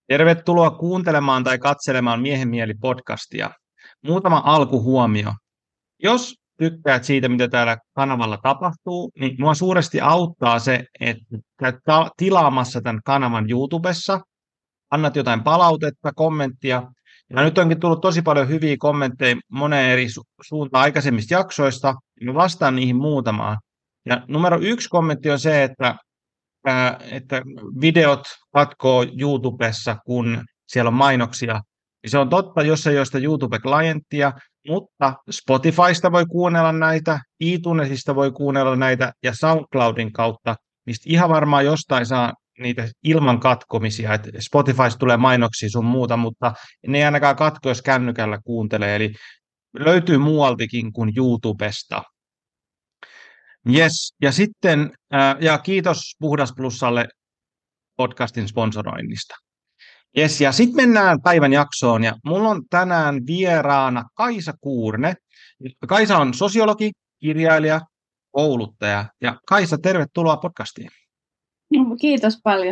Tervetuloa kuuntelemaan tai katselemaan Miehen mieli podcastia. Muutama alkuhuomio. Jos tykkäät siitä, mitä täällä kanavalla tapahtuu, niin minua suuresti auttaa se, että käyt tilaamassa tämän kanavan YouTubessa, annat jotain palautetta, kommenttia. Ja nyt onkin tullut tosi paljon hyviä kommentteja moneen eri suuntaan aikaisemmista jaksoista, ja vastaan niihin muutamaan. Ja numero 1 kommentti on se, että videot katkoo YouTubessa, kun siellä on mainoksia. Se on totta, jos ei ole sitä YouTube-klienttia, mutta Spotifysta voi kuunnella näitä, iTunesista voi kuunnella näitä ja SoundCloudin kautta, mistä ihan varmaan jostain saa niitä ilman katkomisia, että Spotifysta tulee mainoksia sun muuta, mutta ne ei ainakaan katko, jos kännykällä kuuntelee, eli löytyy muualtikin kuin YouTubesta. Yes, ja sitten, ja kiitos Puhdas Plussalle podcastin sponsoroinnista. Yes, ja sitten mennään päivän jaksoon, ja mulla on tänään vieraana Kaisa Kuurne. Kaisa on sosiologi, kirjailija, kouluttaja, ja Kaisa, tervetuloa podcastiin. Kiitos paljon.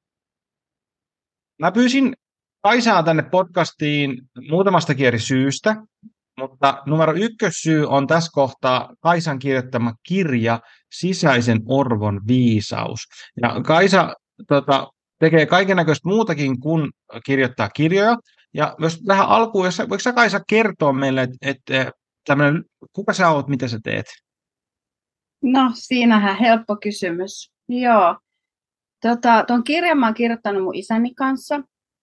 Mä pyysin Kaisaa tänne podcastiin muutamastakin eri syystä, mutta numero 1 syy on tässä kohtaa Kaisan kirjoittama kirja Sisäisen orvon viisaus. Ja Kaisa tekee kaikennäköistä muutakin kuin kirjoittaa kirjoja. Ja jos vähän alkuun, voiko sä Kaisa kertoa meille, että kuka sä oot, mitä sä teet? No, siinähän helppo kysymys. Joo. Tuon kirjan mä oon kirjoittanut mun isäni kanssa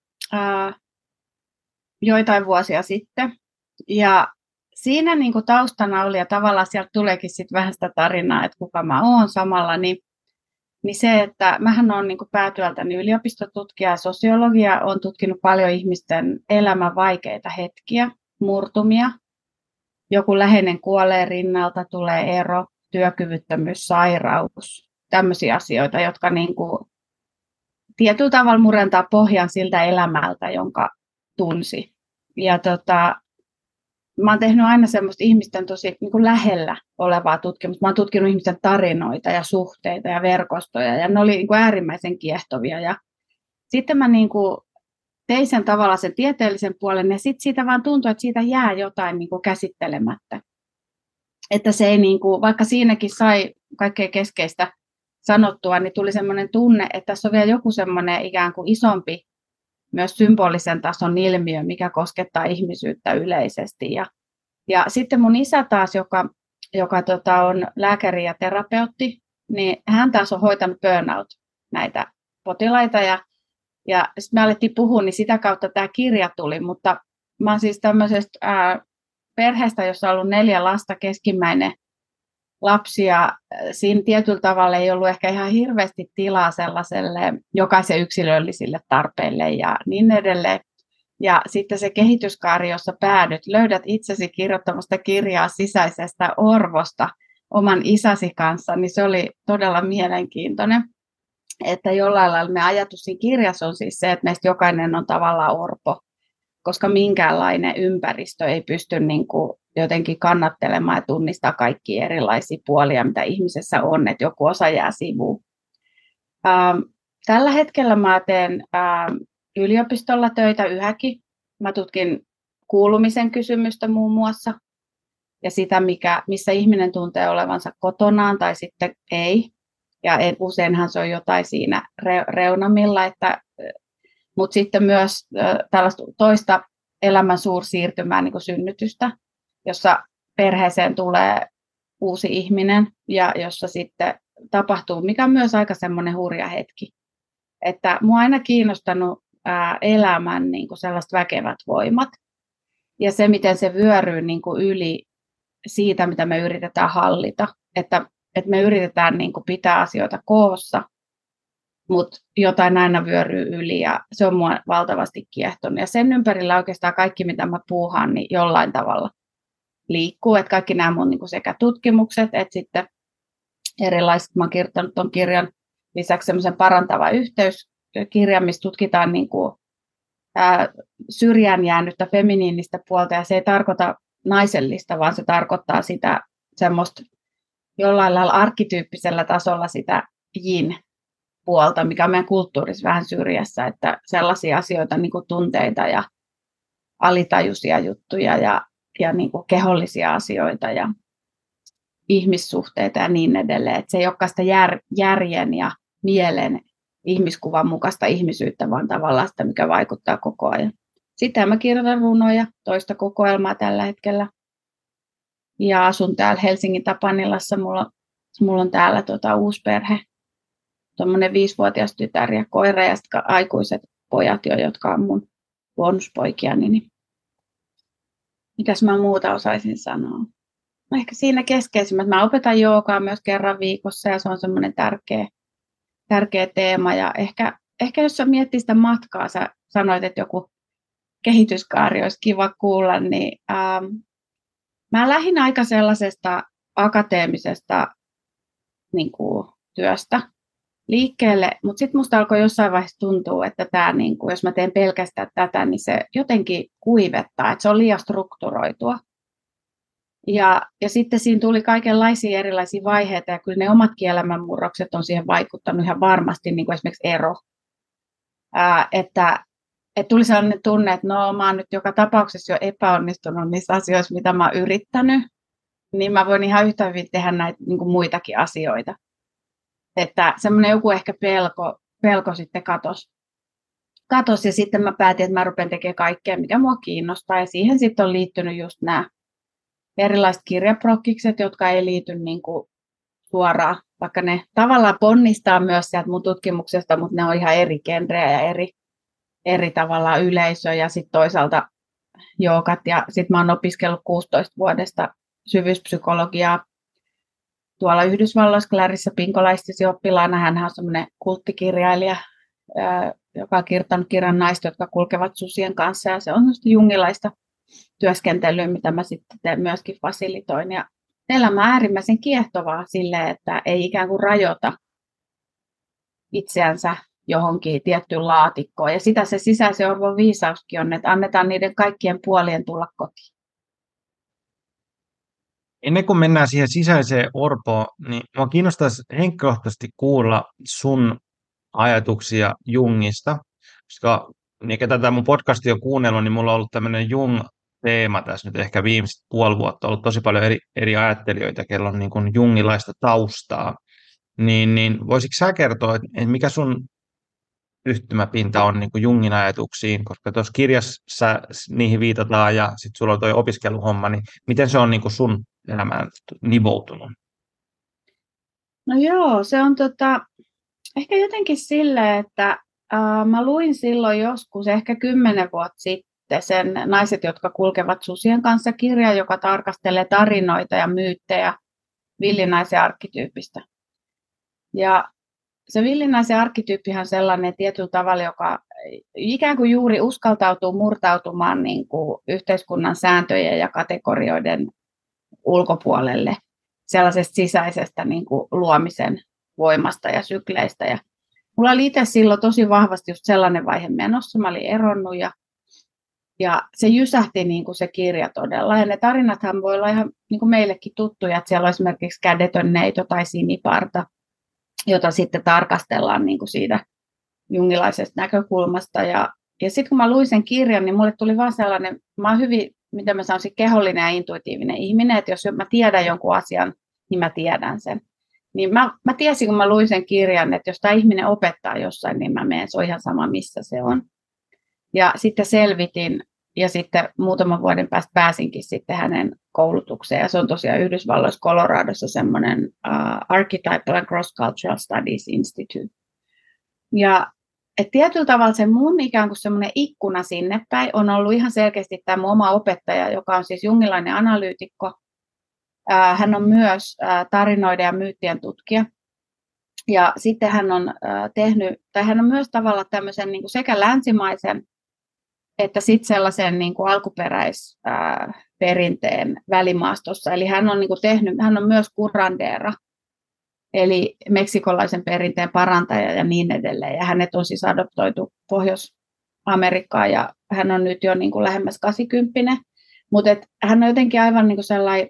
joitain vuosia sitten. Ja siinä niin kuin taustana oli, ja tavallaan sieltä tuleekin sitten vähän sitä tarinaa, että kuka mä oon samalla, niin se, että mähän olen niin kuin päätyöltäni yliopistotutkija ja sosiologia, olen tutkinut paljon ihmisten elämän vaikeita hetkiä, murtumia. Joku läheinen kuolee rinnalta, tulee ero, työkyvyttömyys, sairaus, tämmöisiä asioita, jotka niin kuin tietyllä tavalla murentaa pohjan siltä elämältä, jonka tunsi. Ja mä oon tehnyt aina semmoista ihmisten tosi niin kuin lähellä olevaa tutkimusta. Mä oon tutkinut ihmisten tarinoita ja suhteita ja verkostoja, ja ne oli niin kuin äärimmäisen kiehtovia. Ja sitten mä niin kuin tein sen tavallaan sen tieteellisen puolen, ja sitten siitä vaan tuntui, että siitä jää jotain niin kuin käsittelemättä. Että se ei, niin kuin, vaikka siinäkin sai kaikkea keskeistä sanottua, niin tuli semmoinen tunne, että tässä on vielä joku semmoinen ikään kuin isompi, myös symbolisen tason ilmiö, mikä koskettaa ihmisyyttä yleisesti. Ja sitten mun isä taas, joka on lääkäri ja terapeutti, niin hän taas on hoitanut burnout näitä potilaita. Ja sitten me alettiin puhua, niin sitä kautta tämä kirja tuli. Mutta mä oon siis tämmöisestä perheestä, jossa on ollut 4 lasta, keskimmäinen lapsi, ja siinä tietyllä tavalla ei ollut ehkä ihan hirveästi tilaa sellaiselle jokaisen yksilöllisille tarpeille ja niin edelleen. Ja sitten se kehityskaari, jossa päädyt, löydät itsesi kirjoittamasta kirjaa sisäisestä orvosta oman isäsi kanssa, niin se oli todella mielenkiintoinen. Että jollain lailla me ajatus siinä kirjassa on siis se, että meistä jokainen on tavallaan orpo, koska minkäänlainen ympäristö ei pysty niin kuin jotenkin kannattelemaan ja tunnistaa kaikkia erilaisia puolia, mitä ihmisessä on, että joku osa jää sivuun. Tällä hetkellä mä teen yliopistolla töitä yhäkin. Mä tutkin kuulumisen kysymystä muun muassa ja sitä, missä ihminen tuntee olevansa kotonaan tai sitten ei. Ja useinhan se on jotain siinä reunamilla, mutta sitten myös tällaista toista elämän suursiirtymää, niin kuin synnytystä, jossa perheeseen tulee uusi ihminen ja jossa sitten tapahtuu, mikä on myös aika semmoinen hurja hetki. Että mua on aina kiinnostanut elämän niin kuin sellaiset väkevät voimat ja se, miten se vyöryy niin kuin yli siitä, mitä me yritetään hallita. Että me yritetään niin kuin pitää asioita koossa, mutta jotain aina vyöryy yli ja se on mua valtavasti kiehtonut. Ja sen ympärillä oikeastaan kaikki, mitä mä puuhaan, niin jollain tavalla liikkuu. Että kaikki nämä mun niin kuin sekä tutkimukset että sitten erilaiset, mä oon kirjoittanut tuon kirjan lisäksi semmoisen parantava yhteyskirjan, missä tutkitaan niin kuin, syrjään jäänyttä feminiinistä puolta ja se ei tarkoita naisellista, vaan se tarkoittaa sitä semmoista jollain lailla arkkityyppisellä tasolla sitä yin puolta, mikä on meidän kulttuurissa vähän syrjässä, että sellaisia asioita niin kuin tunteita ja alitajuisia juttuja ja niin kuin kehollisia asioita ja ihmissuhteita ja niin edelleen. Että se ei olekaan sitä järjen ja mielen ihmiskuvan mukaista ihmisyyttä, vaan tavallaan sitä, mikä vaikuttaa koko ajan. Sitten mä kirjoitan runoja, toista kokoelmaa tällä hetkellä. Ja asun täällä Helsingin Tapanilassa. Mulla on täällä uusi perhe. Tuommoinen 5-vuotias tytär ja koira ja sitten aikuiset pojat, jotka on mun bonuspoikia. Niin mitäs mä muuta osaisin sanoa? Ehkä siinä keskeisimmät. Mä opetan joogaa myös kerran viikossa ja se on semmoinen tärkeä teema. Ja ehkä jos sä miettii sitä matkaa, sä sanoit, että joku kehityskaari olisi kiva kuulla, niin mä lähdin aika sellaisesta akateemisesta niin kuin, työstä liikkeelle, mutta sitten musta alkoi jossain vaiheessa tuntua, että tämä, niin kuin, jos mä teen pelkästään tätä, niin se jotenkin kuivettaa, että se on liian strukturoitua. Ja sitten siinä tuli kaikenlaisia erilaisia vaiheita, ja kyllä ne omatkin elämänmurrokset on siihen vaikuttanut ihan varmasti, niin kuin esimerkiksi ero. Että tuli sellainen tunne, että no mä oon nyt joka tapauksessa jo epäonnistunut niissä asioissa, mitä mä oon yrittänyt, niin mä voin ihan yhtä hyvin tehdä näitä niin kuin muitakin asioita. Että semmoinen joku ehkä pelko sitten katosi ja sitten mä päätin, että mä rupean tekemään kaikkea, mikä mua kiinnostaa. Ja siihen sitten on liittynyt just nämä erilaiset kirjaprokkikset, jotka ei liity niin kuin suoraan, vaikka ne tavallaan ponnistaa myös sieltä mun tutkimuksesta, mutta ne on ihan eri genrejä ja eri tavalla yleisö ja sitten toisaalta joogat. Ja sitten mä oon opiskellut 16 vuodesta syvyyspsykologiaa tuolla Yhdysvalloissa Clarissa Pinkolaistisi oppilaana. Hän on semmoinen kulttikirjailija, joka on kirjoittanut kirjan Naiset, jotka kulkevat susien kanssa. Ja se on jungilaista työskentelyä, mitä mä sitten myöskin fasilitoin. Ja elämä on äärimmäisen kiehtovaa silleen, että ei ikään kuin rajoita itseänsä johonkin tiettyyn laatikkoon. Ja sitä se sisäisen orvon viisauskin on, että annetaan niiden kaikkien puolien tulla kotiin. Ennen kuin mennään siihen sisäiseen orpoon, niin minua kiinnostaisi henkilökohtaisesti kuulla sun ajatuksia Jungista, koska niin, tätä mun podcastia on kuunnellut, niin mulla on ollut tämmöinen Jung-teema tässä nyt ehkä viimeiset puoli vuotta, on ollut tosi paljon eri ajattelijoita, kello on niin kuin jungilaista taustaa, niin voisitko sä kertoa, että mikä sun yhtymäpinta on niin kuin Jungin ajatuksiin, koska tuossa kirjassa niihin viitataan ja sitten sulla on tuo opiskeluhomma, niin miten se on niin kuin sun elämään nivoutunut? No joo, se on ehkä jotenkin silleen, että mä luin silloin joskus, ehkä 10 vuotta sitten, sen Naiset, jotka kulkevat susien kanssa -kirja, joka tarkastelee tarinoita ja myyttejä villinaisen arkkityypistä. Ja se villinaisen arkkityyppihän on sellainen tietyllä tavalla, joka ikään kuin juuri uskaltautuu murtautumaan niin kuin yhteiskunnan sääntöjen ja kategorioiden ulkopuolelle sellaisesta sisäisestä niin kuin luomisen voimasta ja sykleistä. Ja mulla oli itse silloin tosi vahvasti just sellainen vaihe menossa. Mä olin eronnut ja se jysähti niin kuin se kirja todella. Ja ne tarinathan voi olla ihan niin kuin meillekin tuttuja, että siellä on esimerkiksi kädetön neito tai siniparta, jota sitten tarkastellaan niin kuin siitä jungilaisesta näkökulmasta. Ja sitten kun mä luin sen kirjan, niin mulle tuli vaan sellainen, mä oon hyvin, miten mä sanoisin, kehollinen ja intuitiivinen ihminen, että jos mä tiedän jonkun asian, niin mä tiedän sen. Niin mä tiesin, kun mä luin sen kirjan, että jos tämä ihminen opettaa jossain, niin mä menen, se on ihan sama, missä se on. Ja sitten selvitin, ja sitten muutaman vuoden päästä pääsinkin sitten hänen koulutukseen, ja se on tosiaan Yhdysvalloissa Coloradossa semmoinen Archetypal and Cross-Cultural Studies Institute. Ja et tietyllä tavalla se mun ikään kuin semmoinen ikkuna sinne päin on ollut ihan selkeästi tämä mun oma opettaja, joka on siis jungilainen analyytikko. Hän on myös tarinoiden ja myyttien tutkija. Ja sitten hän on hän on myös tavallaan tämmöisen niin kuin sekä länsimaisen että sitten sellaisen niin kuin alkuperäisperinteen välimaastossa. Eli hän on, niin kuin hän on myös curandera, eli meksikolaisen perinteen parantaja ja niin edelleen. Ja hänet on siis adoptoitu Pohjois-Amerikkaan ja hän on nyt jo niin kuin lähemmäs 80. Mutta hän on jotenkin aivan niin kuin sellainen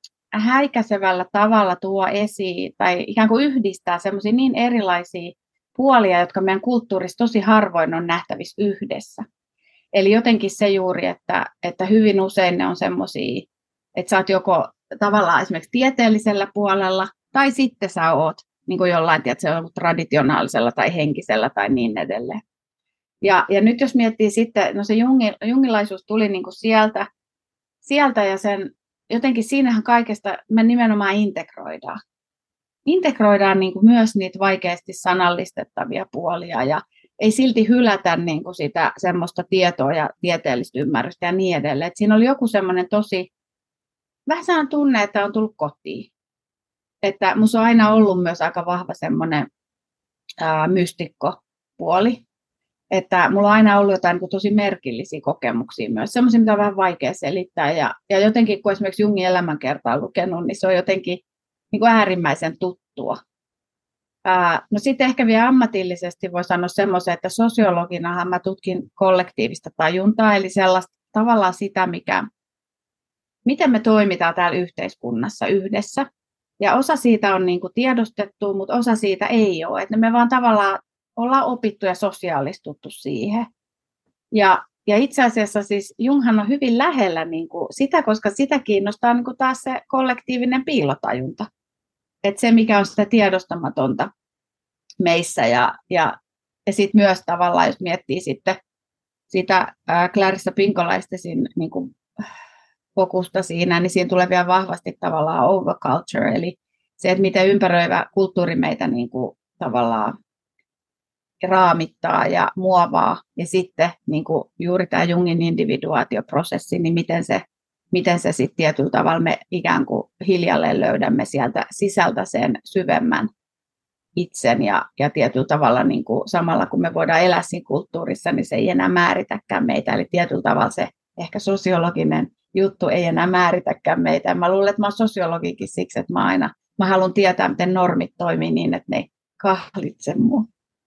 häikäisevällä tavalla tuo esiin tai ikään kuin yhdistää semmoisia niin erilaisia puolia, jotka meidän kulttuurissa tosi harvoin on nähtävissä yhdessä. Eli jotenkin se juuri, että hyvin usein ne on semmoisia, että sä oot joko tavallaan esimerkiksi tieteellisellä puolella, tai sitten sä oot niin kuin jollain traditionaalisella tai henkisellä tai niin edelleen. Ja nyt jos miettii sitten, no se jungilaisuus tuli niin kuin sieltä ja sen, jotenkin siinähän kaikesta me nimenomaan integroidaan. Integroidaan niin kuin myös niitä vaikeasti sanallistettavia puolia ja ei silti hylätä niin kuin sitä semmoista tietoa ja tieteellistä ymmärrystä ja niin edelleen. Et siinä oli joku semmoinen tosi, vähän sellainen tunne, että on tullut kotiin. Että minusta on aina ollut myös aika vahva semmoinen mystikkopuoli. Että mulla on aina ollut jotain niin tosi merkillisiä kokemuksia myös, semmoisia, mitä on vähän vaikea selittää. Ja jotenkin, kun esimerkiksi Jungin elämänkertaa on lukenut, niin se on jotenkin niin kuin äärimmäisen tuttua. No sitten ehkä vielä ammatillisesti voi sanoa semmoisen, että sosiologinahan mä tutkin kollektiivista tajuntaa, eli sellaista tavallaan sitä, miten me toimitaan täällä yhteiskunnassa yhdessä. Ja osa siitä on niin kuin tiedostettu, mutta osa siitä ei ole. Että me vaan tavallaan ollaan opittu ja sosiaalistuttu siihen. Ja itse asiassa siis Junghan on hyvin lähellä niin kuin sitä, koska sitä kiinnostaa niin kuin taas se kollektiivinen piilotajunta. Että se, mikä on sitä tiedostamatonta meissä. Ja sitten myös tavallaan, jos miettii sitten sitä Clarissa Pinkolaisten niin kuin fokusta siinä, niin siinä tulee vielä vahvasti tavallaan overculture, eli se, että miten ympäröivä kulttuuri meitä niin kuin tavallaan raamittaa ja muovaa, ja sitten niin kuin juuri tämä Jungin individuaatioprosessi, niin miten se sitten tietyllä tavalla me ikään kuin hiljalleen löydämme sieltä sisältä sen syvemmän itsen, ja tietyllä tavalla niin kuin samalla kun me voidaan elää siinä kulttuurissa, niin se ei enää määritäkään meitä, eli tietyllä tavalla se ehkä sosiologinen juttu ei enää määritäkään meitä. Mä luulen, että mä oon sosiologikin siksi, että mä haluan tietää, miten normit toimii niin, että ne ei kahlitse mua.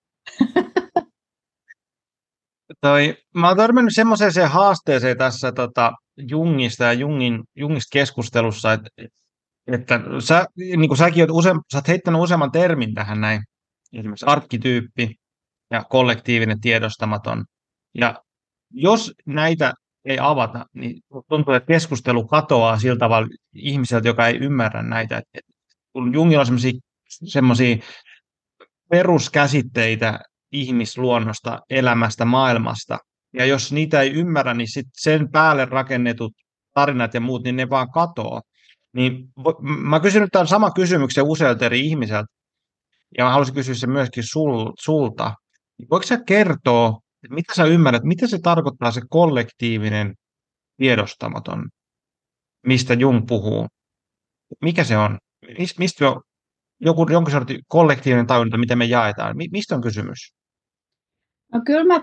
Mä oon törmännyt semmoiseen haasteeseen tässä Jungista ja Jungista keskustelussa, että sä, niin kuin säkin sä oot heittänyt useamman termin tähän näin, esimerkiksi arkkityyppi ja kollektiivinen tiedostamaton. Ja jos näitä ei avata, niin tuntuu, että keskustelu katoaa sillä tavalla ihmiseltä, joka ei ymmärrä näitä. Kun Jungilla on semmoisia peruskäsitteitä ihmisluonnosta, elämästä, maailmasta, ja jos niitä ei ymmärrä, niin sit sen päälle rakennetut tarinat ja muut, niin ne vaan katoaa. Niin mä kysyn nyt tämän saman kysymyksen useilta eri ihmiseltä, ja mä haluaisin kysyä sen myöskin sulta. Voitko sä kertoa, että mitä sä ymmärrät, mitä se tarkoittaa se kollektiivinen tiedostamaton, mistä Jung puhuu? Mikä se on? Mistä jonkin sortin kollektiivinen tajunta, miten me jaetaan? Mistä on kysymys? No kyllä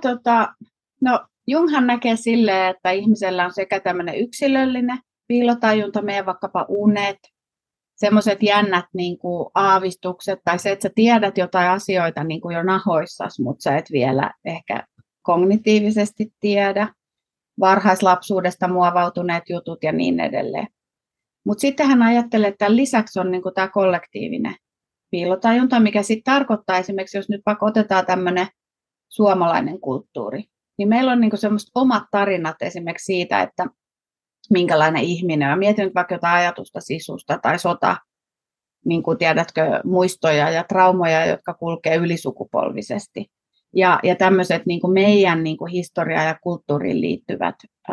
Junghan näkee silleen, että ihmisellä on sekä tämmöinen yksilöllinen piilotajunta, meidän vaikkapa unet, semmoiset jännät niin kuin aavistukset, tai se, että sä tiedät jotain asioita niin kuin jo nahoissasi, mutta sä et vielä ehkä kognitiivisesti tiedä, varhaislapsuudesta muovautuneet jutut ja niin edelleen. Mutta sitten hän ajattelee, että tämän lisäksi on niin kuin tämä kollektiivinen piilotajunta, mikä sitten tarkoittaa esimerkiksi, jos nyt vaikka otetaan tämmöinen suomalainen kulttuuri, niin meillä on niin kuin semmoiset omat tarinat esimerkiksi siitä, että minkälainen ihminen on. Mietin nyt vaikka jotain ajatusta sisusta tai niin kuin tiedätkö, muistoja ja traumoja, jotka kulkee ylisukupolvisesti. Ja tämmöiset niin kuin meidän niin kuin historiaan ja kulttuuriin liittyvät,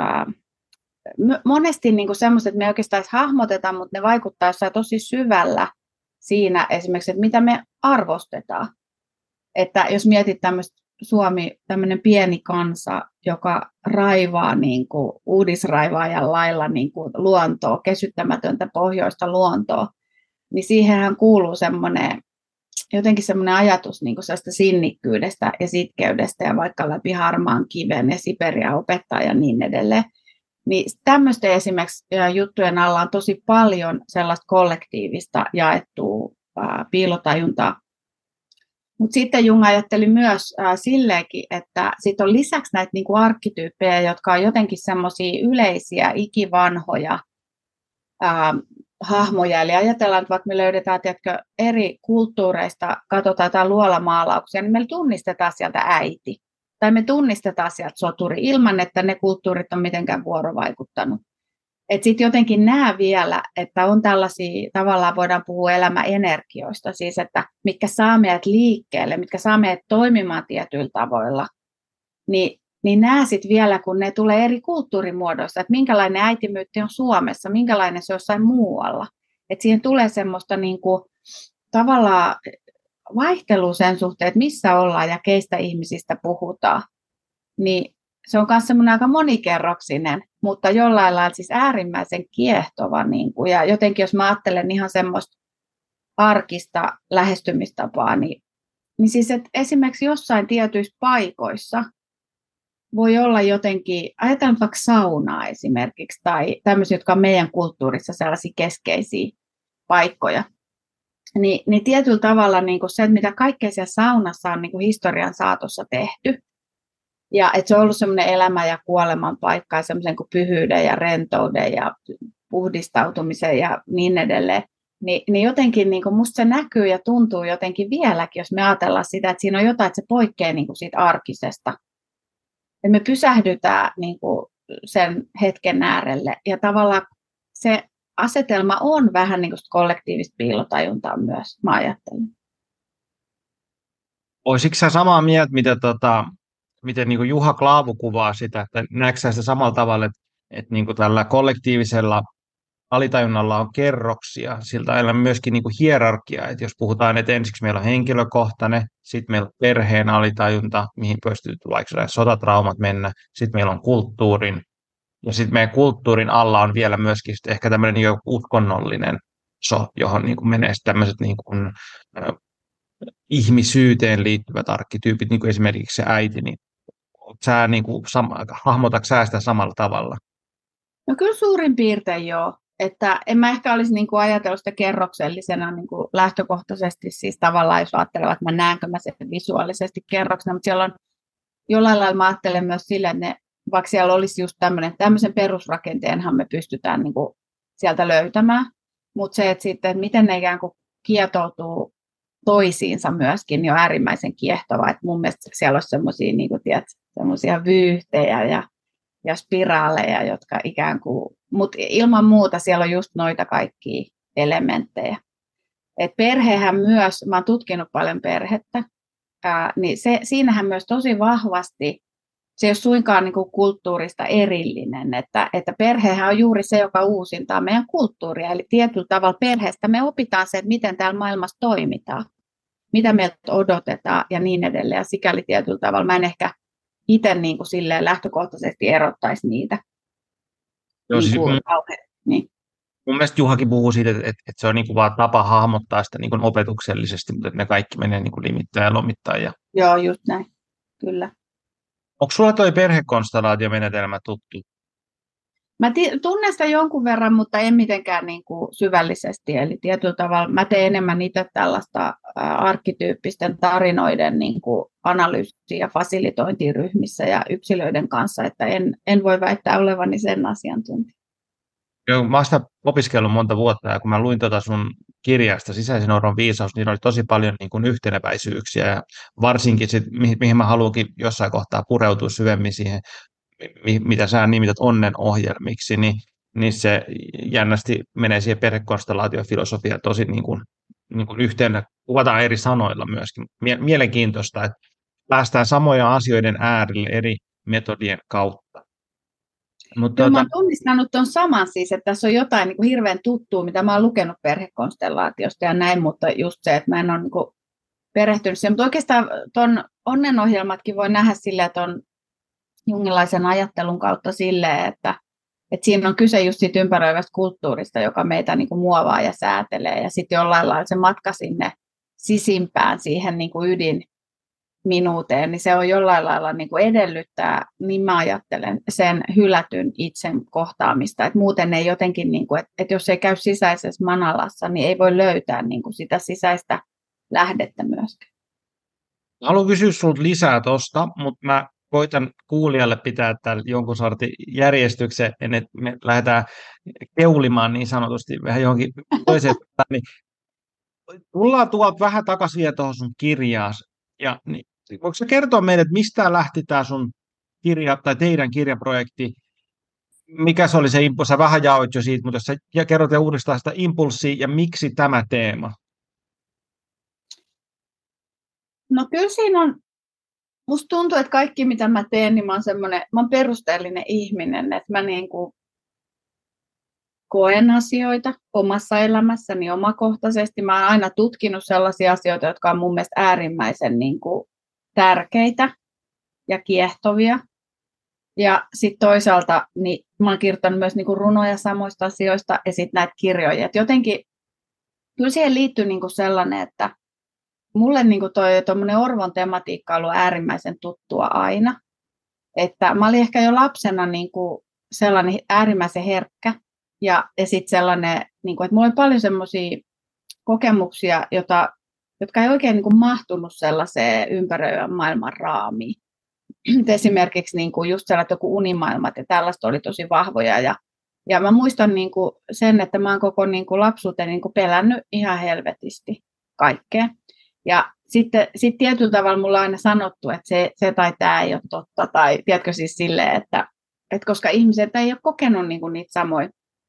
monesti niin kuin semmoiset, että me ei oikeastaan edes hahmoteta, mutta ne vaikuttaa jossain tosi syvällä siinä esimerkiksi, että mitä me arvostetaan. Että jos mietit tämmöistä Suomi, tämmöinen pieni kansa, joka raivaa niin kuin uudisraivaajan lailla niin kuin luontoa, kesyttämätöntä pohjoista luontoa, niin siihenhän kuuluu jotenkin semmoinen ajatus niin kuin sinnikkyydestä ja sitkeydestä ja vaikka läpi harmaan kiven ja Siberia opettaa ja niin edelleen. Niin tämmöisten esimerkiksi juttujen alla on tosi paljon sellaista kollektiivista jaettua piilotajuntaa. Mutta sitten Jung ajatteli myös silleenkin, että sitten on lisäksi näitä niinku arkkityyppejä, jotka on jotenkin semmoisia yleisiä, ikivanhoja, hahmoja. Eli ajatellaan, että vaikka me löydetään tiedätkö, eri kulttuureista, katsotaan jotain luolamaalauksia, niin me tunnistetaan sieltä äiti. Tai me tunnistetaan sieltä soturi ilman, että ne kulttuurit on mitenkään vuorovaikuttanut. Että sitten jotenkin näe vielä, että on tällaisia, tavallaan voidaan puhua elämäenergioista, siis että mitkä saa meidät liikkeelle, mitkä saa meidät toimimaan tietyillä tavoilla, niin näe sitten vielä, kun ne tulee eri kulttuurimuodoissa, että minkälainen äitimyytti on Suomessa, minkälainen se on jossain muualla. Että siihen tulee semmoista niinku, tavallaan vaihtelua sen suhteen, että missä ollaan ja keistä ihmisistä puhutaan. Niin se on myös semmoinen aika monikerroksinen, mutta jollain lailla siis äärimmäisen kiehtova. Ja jotenkin jos mä ajattelen ihan semmoista arkista lähestymistapaa, niin siis että esimerkiksi jossain tietyissä paikoissa voi olla jotenkin, ajatellaan vaikka saunaa esimerkiksi, tai tämmöisiä, jotka on meidän kulttuurissa sellaisia keskeisiä paikkoja, niin tietyllä tavalla niin kuin se, että mitä kaikkea siellä saunassa on niin kuin historian saatossa tehty, ja että se on ollut semmoinen elämän ja kuoleman paikka, semmoisen kuin pyhyyden ja rentouden ja puhdistautumisen ja niin edelleen, niin jotenkin niin kuin musta se näkyy ja tuntuu jotenkin vieläkin, jos me ajatellaan sitä, että siinä on jotain, että se poikkeaa niin kuin siitä arkisesta. Että me pysähdytään niin kuin sen hetken äärelle ja tavallaan se asetelma on vähän niin kuin kollektiivista piilotajuntaa myös, mä ajattelen. Olisitko sä samaa mieltä, miten niin kuin Juha Klaavu kuvaa sitä, että näetkö sä sitä samalla tavalla, että niin kuin tällä kollektiivisella alitajunnalla on kerroksia, siltä lailla myöskin niin kuin hierarkia, että jos puhutaan, että ensiksi meillä on henkilökohtainen, sitten meillä on perheen alitajunta, mihin pystyy vaikka sotatraumat mennä, sitten meillä on kulttuurin, ja sitten meidän kulttuurin alla on vielä myöskin ehkä tämmöinen niin uskonnollinen johon niin kuin menee tämmöiset niin kuin, ihmisyyteen liittyvät arkkityypit, niin kuin esimerkiksi se äiti, niin sä niin kuin, hahmotatko sä sitä samalla tavalla? No kyllä suurin piirtein joo. Että en mä ehkä olisi niin kuin ajatellut sitä kerroksellisena niin kuin lähtökohtaisesti, siis tavallaan jos ajattelee, että näenkö mä sen visuaalisesti kerroksena, mutta siellä on jollain lailla mä ajattelen myös sille, että vaikka siellä olisi just tämmöisen perusrakenteenhan me pystytään niin kuin sieltä löytämään, mutta se, että sitten, että miten ne ikään kuin kietoutuu toisiinsa myöskin, niin on äärimmäisen kiehtova, että mun mielestä siellä olisi semmoisia niin kuin, semmoisia vyyhtejä ja spiraaleja, jotka ikään kuin, mutta ilman muuta siellä on just noita kaikkia elementtejä. Et perhehän myös, mä oon tutkinut paljon perhettä, niin siinähän myös tosi vahvasti, se ei ole suinkaan niin kuin kulttuurista erillinen, että perhehän on juuri se, joka uusintaa meidän kulttuuria, eli tietyllä tavalla perheestä me opitaan se, että miten täällä maailmassa toimitaan, mitä meiltä odotetaan ja niin edelleen, ja sikäli tietyllä tavalla mä en ehkä itse niin kuin silleen lähtökohtaisesti erottaisi niitä. Joo, niin kuin, niin. Mun mielestä Juhakin puhuu siitä, että se on niin kuin vaan tapa hahmottaa sitä niin kuin opetuksellisesti, mutta että ne kaikki menee niin kuin limittäin ja lomittain. Joo, just näin. Kyllä. Onko sulla toi perhekonstellaatiomenetelmä tuttu? Mä tunnen sitä jonkun verran, mutta en mitenkään niin kuin syvällisesti. Eli tietyllä tavalla mä teen enemmän itse tällaista arkkityyppisten tarinoiden niin kuin analyysiä ja fasilitointia ryhmissä ja yksilöiden kanssa, että en voi väittää olevani sen asiantuntija. Joo, mä oon sitä opiskellut monta vuotta, ja kun mä luin sun kirjasta Sisäisen oiron viisaus, niin oli tosi paljon niin kuin yhteneväisyyksiä, ja varsinkin sit, mihin mä haluankin jossain kohtaa pureutua syvemmin siihen, mitä sä nimität onnenohjelmiksi, niin se jännästi menee siihen perhekonstellaatiofilosofiaan tosi niin kuin yhteen, kuvataan eri sanoilla myöskin. Mielenkiintoista, että päästään samojen asioiden äärelle eri metodien kautta. Kyllä mä oon tunnistanut tuon saman siis, että tässä on jotain niin kuin hirveän tuttua, mitä mä oon lukenut perhekonstellaatiosta ja näin, mutta just se, että mä en ole niin kuin perehtynyt siihen. Mutta oikeastaan tuon onnenohjelmatkin voi nähdä silleen, että on jungilaisen ajattelun kautta silleen, että siinä on kyse just siitä ympäröivästä kulttuurista, joka meitä niin kuin muovaa ja säätelee. Ja sitten jollain lailla se matka sinne sisimpään siihen niin kuin ydinminuuteen, niin se on jollain lailla niin kuin edellyttää, niin mä ajattelen, sen hylätyn itsen kohtaamista. Et muuten ei jotenkin, niin kuin, että jos ei käy sisäisessä manalassa, niin ei voi löytää niin kuin sitä sisäistä lähdettä myöskään. Haluan kysyä sinulta lisää tuosta, mutta mä koitan kuulijalle pitää täällä jonkun sortin järjestyksen, ennen että me lähdetään keulimaan niin sanotusti vähän johonkin toiseen. Niin tullaan tuolta vähän takaisin vielä tuohon sun kirjaan. Ja, niin, voitko sä kertoa meille, että mistä lähti tämä sun kirja tai teidän kirjaprojekti? Mikä se oli se impulssi? Sä vähän jaoit jo siitä, mutta jos sä kerrot ja uudestaan sitä impulssia ja miksi tämä teema? No kyllä siinä on, musta tuntuu, että kaikki mitä mä teen, niin mä oon perusteellinen ihminen, että mä niin kuin koen asioita omassa elämässäni omakohtaisesti. Mä oon aina tutkinut sellaisia asioita, jotka on mun mielestä äärimmäisen niin kuin tärkeitä ja kiehtovia. Ja sitten toisaalta niin mä oon kirjoittanut myös niin kuin runoja samoista asioista ja sitten näitä kirjoja. Et jotenkin kyllä siihen liittyy niin kuin sellainen, että mulle niin kuin tuommoinen Orvon tematiikka on ollut äärimmäisen tuttua aina. Että mä olin ehkä jo lapsena niin kuin sellainen äärimmäisen herkkä ja sitten sellainen, niin kuin, että mulla oli paljon semmoisia kokemuksia, jotka ei oikein niin kuin mahtunut sellaiseen ympäröivän maailman raamiin. Esimerkiksi niin kuin just sellaiset joku unimaailmat ja tällaista oli tosi vahvoja. Ja mä muistan niin kuin sen, että mä oon koko niin kuin lapsuuteni niin kuin pelännyt ihan helvetisti kaikkea. Ja sitten tietyllä tavalla mulla on aina sanottu, että se tai tämä ei ole totta. Tai tiedätkö siis silleen, että koska ihmiset ei ole kokenut niin kuin niitä samoja.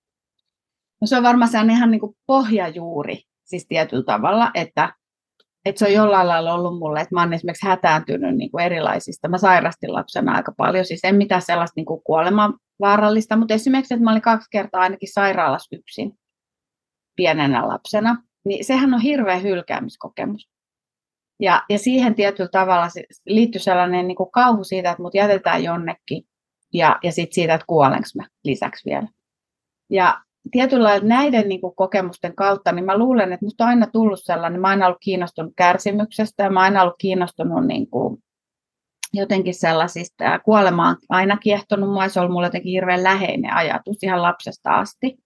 No se on varmaan se on ihan niin kuin pohjajuuri siis tietyllä tavalla, että se on jollain lailla ollut mulle, että mä oon esimerkiksi hätääntynyt niin kuin erilaisista. Mä sairastin lapsena aika paljon, siis en mitään sellaista niin kuin kuolemanvaarallista, mutta esimerkiksi, että mä olin 2 kertaa ainakin sairaalassa yksin pienenä lapsena, niin sehän on hirveä hylkäämiskokemus. Ja siihen tietyllä tavalla liittyy sellainen niin kuin kauhu siitä, että mut jätetään jonnekin ja sitten siitä, että kuolenko mä lisäksi vielä. Ja tietyllä lailla näiden niin kuin kokemusten kautta, niin mä luulen, että musta on aina tullut sellainen, mä oon aina ollut kiinnostunut kärsimyksestä ja mä oon aina ollut kiinnostunut niin kuin jotenkin sellaisista, kuolema on aina kiehtonut mua, se on ollut mulle jotenkin hirveän läheinen ajatus ihan lapsesta asti.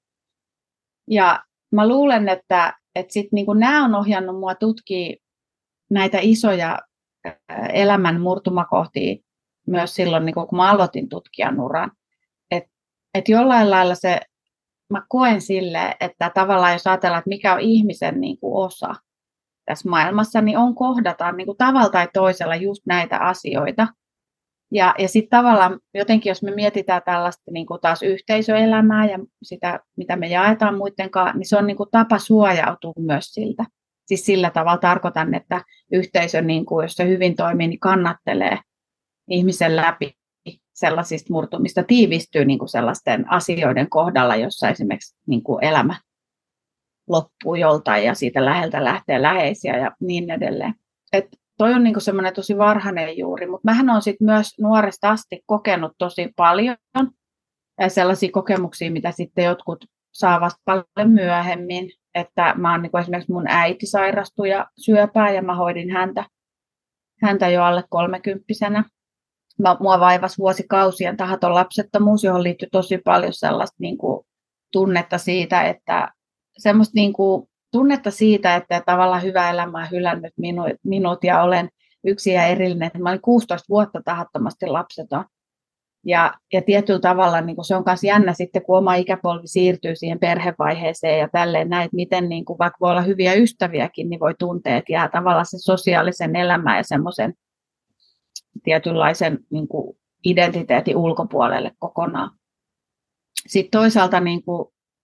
Ja mä luulen, että sitten niin kuin nämä on ohjannut mua tutkia näitä isoja elämän murtumakohtia myös silloin, niin kun mä aloitin tutkijan uran. Että jollain lailla mä koen silleen, että tavallaan jos ajatellaan, että mikä on ihmisen niin kuin osa tässä maailmassa, niin on kohdata niin kuin tavalla tai toisella just näitä asioita. Ja sitten tavallaan jotenkin, jos me mietitään tällaista niin kuin taas yhteisöelämää ja sitä, mitä me jaetaan muiden kanssa, niin se on niin kuin tapa suojautua myös siltä. Siis sillä tavalla tarkoitan, että yhteisö, niin kuin, jos se hyvin toimii, niin kannattelee ihmisen läpi sellaisista murtumista, tiivistyy niin kuin sellaisten asioiden kohdalla, jossa esimerkiksi niin kuin elämä loppuu joltain ja siitä läheltä lähtee läheisiä ja niin edelleen. Et toi on niin kuin semmoinen tosi varhainen juuri, mutta mähän olen sit myös nuoresta asti kokenut tosi paljon ja sellaisia kokemuksia, mitä sitten jotkut saa vasta paljon myöhemmin. Että mä oon, niin kuin esimerkiksi mun äiti sairastui ja syöpää ja mä hoidin häntä jo alle 30-vuotiaana. Mua vaivasi vuosikausien tahaton lapsettomuus, johon liittyi tosi paljon sellaista niin kuin tunnetta siitä, että semmoista niin kuin tunnetta siitä, että tavallaan hyvä elämä on hylännyt minut ja olen yksin ja erillinen. Mä olin 16 vuotta tahattomasti lapseton. Ja tietyllä tavalla niin kuin se on myös jännä sitten, kun oma ikäpolvi siirtyy siihen perhevaiheeseen ja tälleen näin, että miten niin kuin, vaikka voi olla hyviä ystäviäkin, niin voi tuntea, että jää tavallaan sen sosiaalisen elämän ja semmoisen tietynlaisen niin kuin identiteetin ulkopuolelle kokonaan. Sitten toisaalta niin kuin,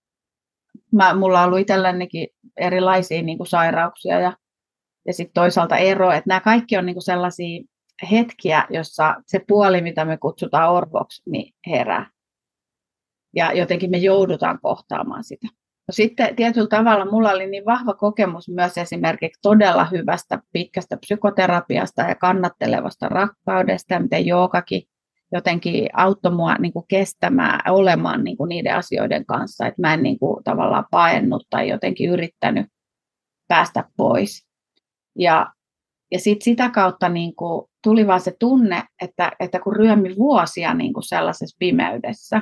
mulla on ollut itsellänikin erilaisia niin kuin sairauksia ja sitten toisaalta ero, että nämä kaikki on niin kuin sellaisia hetkiä, jossa se puoli, mitä me kutsutaan orvoksi, niin herää. Ja jotenkin me joudutaan kohtaamaan sitä. No sitten tietyllä tavalla mulla oli niin vahva kokemus myös esimerkiksi todella hyvästä pitkästä psykoterapiasta ja kannattelevasta rakkaudesta, ja miten joogakin jotenkin auttoi mua niin kuin kestämään, olemaan niin kuin niiden asioiden kanssa, että mä en niin kuin tavallaan paennut tai jotenkin yrittänyt päästä pois. Ja sitten sitä kautta niin kuin tuli vaan se tunne, että kun ryömi vuosia niin kuin sellaisessa pimeydessä,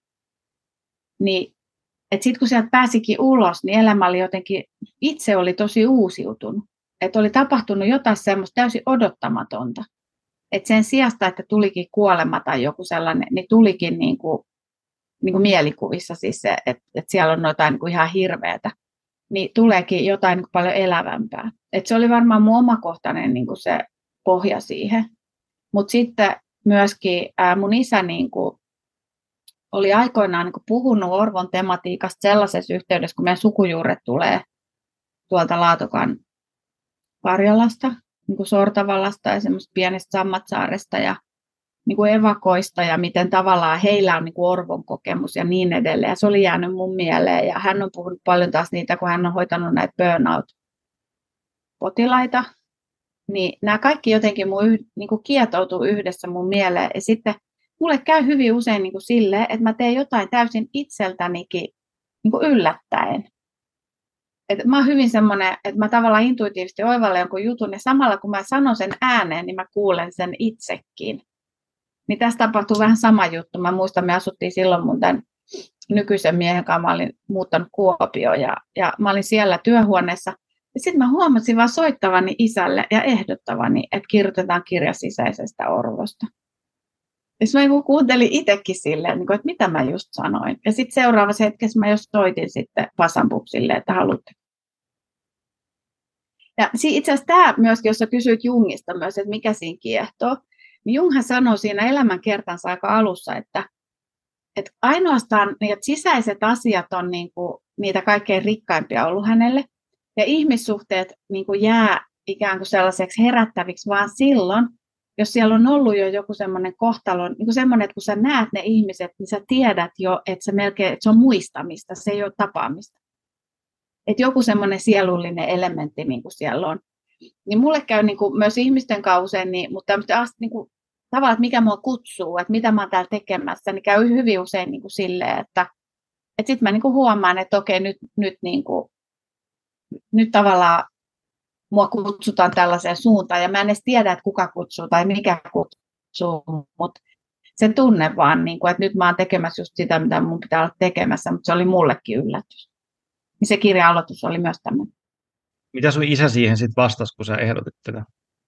niin sitten kun sieltä pääsikin ulos, niin elämä oli jotenkin, itse oli tosi uusiutunut. Että oli tapahtunut jotain semmoista täysin odottamatonta. että sen sijasta, että tulikin kuolema tai joku sellainen, niin tulikin niin kuin mielikuvissa siis se, että siellä on jotain niin kuin ihan hirveätä, niin tuleekin jotain niin kuin paljon elävämpää. Et se oli varmaan mun omakohtainen niin kuin se pohja siihen. Mutta sitten myöskin mun isä niin kuin oli aikoinaan niin kuin puhunut orvon tematiikasta sellaisessa yhteydessä, kun meidän sukujuuret tulee tuolta Laatokan Karjalasta, niin kuin Sortavallasta ja semmoista pienestä Sammatsaaresta ja niin kuin evakoista ja miten tavallaan heillä on niin kuin orvon kokemus ja niin edelleen. Ja se oli jäänyt mun mieleen ja hän on puhunut paljon taas niitä, kun hän on hoitanut näitä burnout-potilaita. Niin nämä kaikki jotenkin niin kuin kietoutuu yhdessä mun mieleen. Ja sitten mulle käy hyvin usein niin kuin silleen, että mä teen jotain täysin itseltänikin niin kuin yllättäen. Et mä oon hyvin semmoinen, että mä tavallaan intuitiivisesti oivallen jonkun jutun ja samalla kun mä sanon sen ääneen, niin mä kuulen sen itsekin. Niin tässä tapahtui vähän sama juttu. Mä muistan, me asuttiin silloin mun tämän nykyisen miehen kanssa, mä olin muuttanut Kuopioon ja mä olin siellä työhuoneessa. Ja sitten mä huomasin vaan soittavani isälle ja ehdottavani, että kirjoitetaan kirja sisäisestä orvosta. Ja mä kuuntelin itsekin silleen, että mitä mä just sanoin. Ja sitten seuraavassa hetkessä mä just soitin sitten Pasanpuksille, että haluatte. Ja itse asiassa tämä myöskin, jos sä kysyit Jungista myös, että mikä siinä kiehtoo, niin Junghan sanoi siinä elämänkertansa aika alussa, että ainoastaan niitä sisäiset asiat on niinku niitä kaikkein rikkaimpia ollut hänelle. Ja ihmissuhteet niinku jää ikään kuin sellaiseksi herättäviksi vaan silloin, jos siellä on ollut jo joku semmoinen kohtalo, niin kuin semmoinen, että kun sä näet ne ihmiset, niin sä tiedät jo, että se on muistamista, se ei ole tapaamista. Että joku semmoinen sielullinen elementti niin kuin siellä on. Niin mulle käy niin kuin myös ihmisten kausen, mutta niin kuin, tavallaan, että mikä mua kutsuu, että mitä mä oon täällä tekemässä, niin käy hyvin usein niin kuin silleen, että sitten mä niin kuin huomaan, että okei, nyt tavallaan mua kutsutaan tällaiseen suuntaan, ja mä en edes tiedä, että kuka kutsuu tai mikä kutsuu, mutta se tunne vaan, niin kuin, että nyt mä oon tekemässä just sitä, mitä mun pitää olla tekemässä, mutta se oli mullekin yllätys. Niin se kirja-aloitus oli myös tämmöinen. Mitä sun isä siihen sitten vastasi, kun sä ehdotit tätä?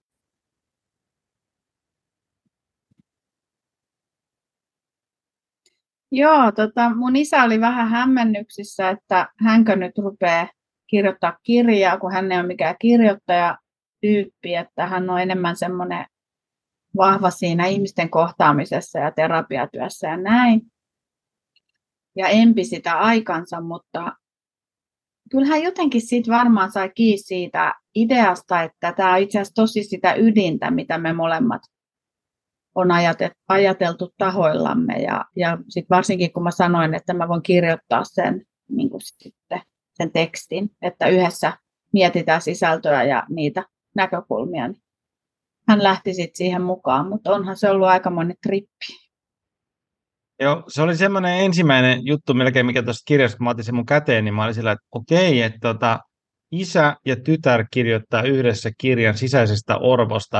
Joo, mun isä oli vähän hämmennyksissä, että hänkö nyt rupeaa kirjoittaa kirjaa, kun hän ei ole mikään kirjoittajatyyppi, että hän on enemmän semmoinen vahva siinä ihmisten kohtaamisessa ja terapiatyössä ja näin. Ja empi sitä aikansa, mutta kyllähän jotenkin siitä varmaan sai kiinni siitä ideasta, että tämä on itse asiassa tosi sitä ydintä, mitä me molemmat on ajateltu tahoillamme. Ja sitten varsinkin kun mä sanoin, että mä voin kirjoittaa sen, niin kuin sitten, sen tekstin, että yhdessä mietitään sisältöä ja niitä näkökulmia, niin hän lähti sitten siihen mukaan, mutta onhan se ollut aikamoinen trippi. Joo, se oli semmoinen ensimmäinen juttu melkein, mikä tuosta kirjasta, kun mä otin sen mun käteen, niin mä olin sillä, että okei, että isä ja tytär kirjoittaa yhdessä kirjan sisäisestä orvosta,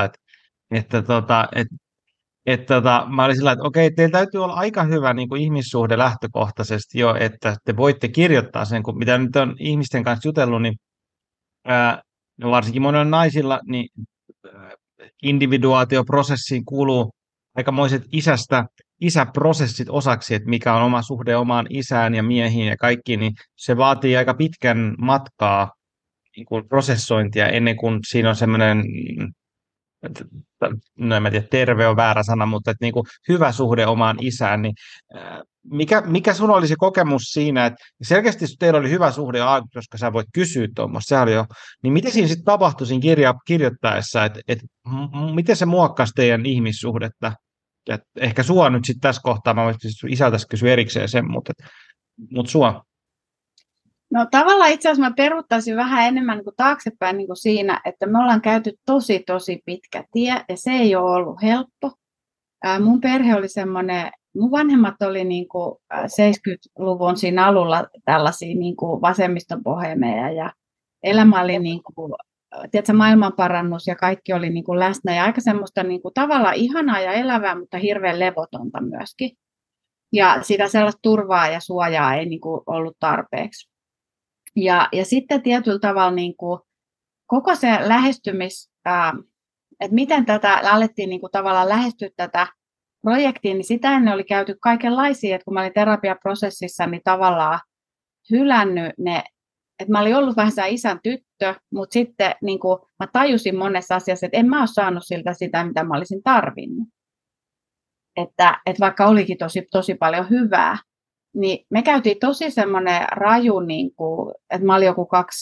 mä olin sillä, että okei, teillä täytyy olla aika hyvä niin kuin ihmissuhde lähtökohtaisesti jo, että te voitte kirjoittaa sen, kun mitä nyt on ihmisten kanssa jutellut, niin varsinkin monilla naisilla, niin individuaatioprosessiin kuuluu aikamoiset isäprosessit osaksi, että mikä on oma suhde omaan isään ja miehiin ja kaikkiin, niin se vaatii aika pitkän matkaa niin kuin prosessointia ennen kuin siinä on semmoinen, no en mä tiedä, terve on väärä sana, mutta että niin kuin hyvä suhde omaan isään, niin mikä sun oli se kokemus siinä, että selkeästi teillä oli hyvä suhde, koska sä voit kysyä tuommoista, sehän oli jo, niin miten siinä sitten tapahtui siinä kirjoittaessa, että miten se muokkasi teidän ihmissuhdetta? Ja ehkä sua nyt sitten tässä kohtaa, mä voisin isältä kysyä erikseen sen, mutta sua. No tavallaan itse asiassa mä peruuttaisin vähän enemmän niin kuin taaksepäin niin kuin siinä, että me ollaan käyty tosi pitkä tie ja se ei ole ollut helppo. Mun perhe oli semmoinen, mun vanhemmat oli niin kuin 70-luvun siinä alulla tällaisia niin kuin vasemmistopohemeja ja elämä oli niin kuin, tiedätkö, maailmanparannus ja kaikki oli niin kuin läsnä ja aika semmoista niin kuin tavallaan ihanaa ja elävää, mutta hirveän levotonta myöskin. Ja sitä sellaista turvaa ja suojaa ei niin kuin ollut tarpeeksi. Ja sitten tietyllä tavalla niin kuin koko se että miten tätä alettiin niin kuin tavallaan lähestyä tätä projektia, niin sitä ennen oli käyty kaikenlaisia, että kun mä olin terapiaprosessissa, niin tavallaan hylännyt ne, että mä olin ollut vähän isän tyttö, mutta sitten niin kuin mä tajusin monessa asiassa, että en mä ole saanut siltä sitä, mitä mä olisin tarvinnut. Että vaikka olikin tosi paljon hyvää, niin me käytiin tosi semmoinen raju, niin kuin, että mä olin joku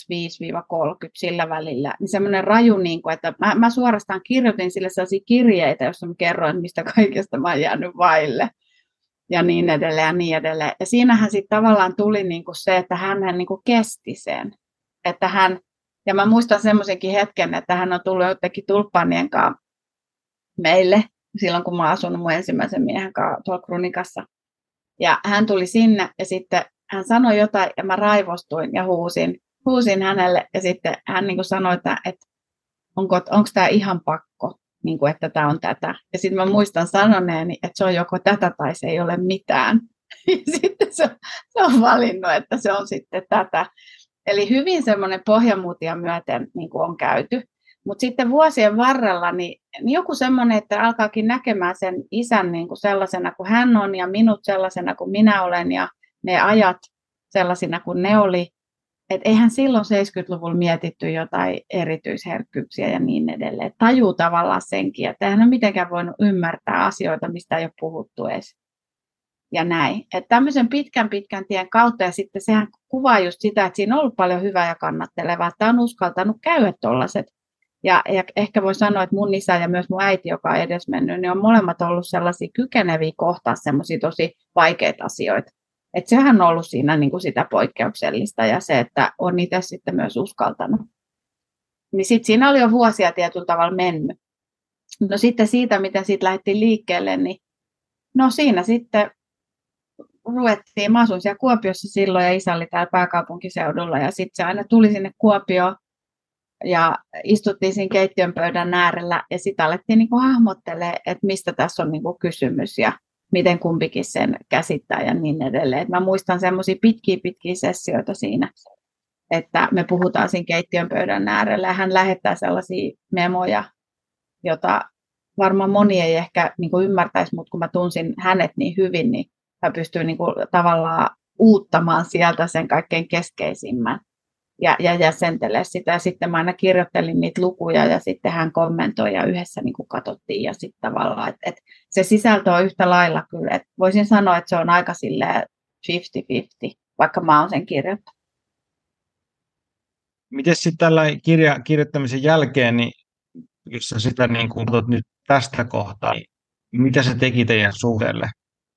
25-30 sillä välillä, niin semmoinen raju, niin kuin, että mä suorastaan kirjoitin sille sellaisia kirjeitä, joissa mä kerroin, mistä kaikesta mä oon jäänyt vaille. Ja niin edelleen ja niin edelleen. Ja siinähän sitten tavallaan tuli niinku se, että hän niinku kesti sen. Että ja mä muistan semmoisenkin hetken, että hän on tullut jotenkin tulppaanien kanssa meille, silloin kun mä oon asunut mun ensimmäisen miehen kanssa tuolla Krunikassa. Ja hän tuli sinne ja sitten hän sanoi jotain ja mä raivostuin ja huusin hänelle. Ja sitten hän niinku sanoi, että onko tämä ihan pakko. Niin kuin, että tämä on tätä. Ja sitten mä muistan sanoneeni, että se on joko tätä tai se ei ole mitään. Ja sitten se on valinnut, että se on sitten tätä. Eli hyvin semmoinen pohjamuutia myöten niin kuin on käyty. Mutta sitten vuosien varrella niin joku semmoinen, että alkaakin näkemään sen isän niin kuin sellaisena kuin hän on ja minut sellaisena kuin minä olen ja ne ajat sellaisina kuin ne oli. Että eihän silloin 70-luvulla mietitty jotain erityisherkkyyksiä ja niin edelleen. Tajuu tavallaan senkin, että eihän ole mitenkään voinut ymmärtää asioita, mistä ei ole puhuttu edes. Ja näin. Että tämmöisen pitkän tien kautta, ja sitten sehän kuvaa just sitä, että siinä on ollut paljon hyvää ja kannattelevaa, että on uskaltanut käydä tuollaiset. Ja ehkä voi sanoa, että mun isä ja myös mun äiti, joka on edesmennyt, niin on molemmat ollut sellaisia kykeneviä kohtaa semmoisia tosi vaikeita asioita. Että sehän on ollut siinä niin kuin sitä poikkeuksellista ja se, että on itse sitten myös uskaltanut. Niin sitten siinä oli jo vuosia tietyllä tavalla mennyt. No sitten siitä, miten siitä lähdettiin liikkeelle, niin no siinä sitten ruvettiin. Mä asuin siellä Kuopiossa silloin ja isä oli täällä pääkaupunkiseudulla ja sitten se aina tuli sinne Kuopioon ja istuttiin siinä keittiön pöydän äärellä ja sitten alettiin niin kuin hahmottelemaan, että mistä tässä on niin kuin kysymys ja miten kumpikin sen käsittää ja niin edelleen. Et mä muistan semmoisia pitkiä sessioita siinä, että me puhutaan siinä keittiön pöydän äärellä ja hän lähettää sellaisia memoja, jota varmaan moni ei ehkä niin kuin ymmärtäisi, mutta kun mä tunsin hänet niin hyvin, niin mä pystyin niin kuin tavallaan uuttamaan sieltä sen kaikkein keskeisimmän ja jäsentelee sitä. Ja sitten mä aina kirjoittelin niitä lukuja ja sitten hän kommentoi ja yhdessä niin kuin katsottiin. Ja sitten tavallaan, että se sisältö on yhtä lailla kyllä. Että voisin sanoa, että se on aika silleen 50-50, vaikka mä oon sen kirjoittanut. Miten sitten tällä kirjoittamisen jälkeen, niin jos sä sitä niin kuin nyt tästä kohtaa, niin mitä se teki teidän suhteelle?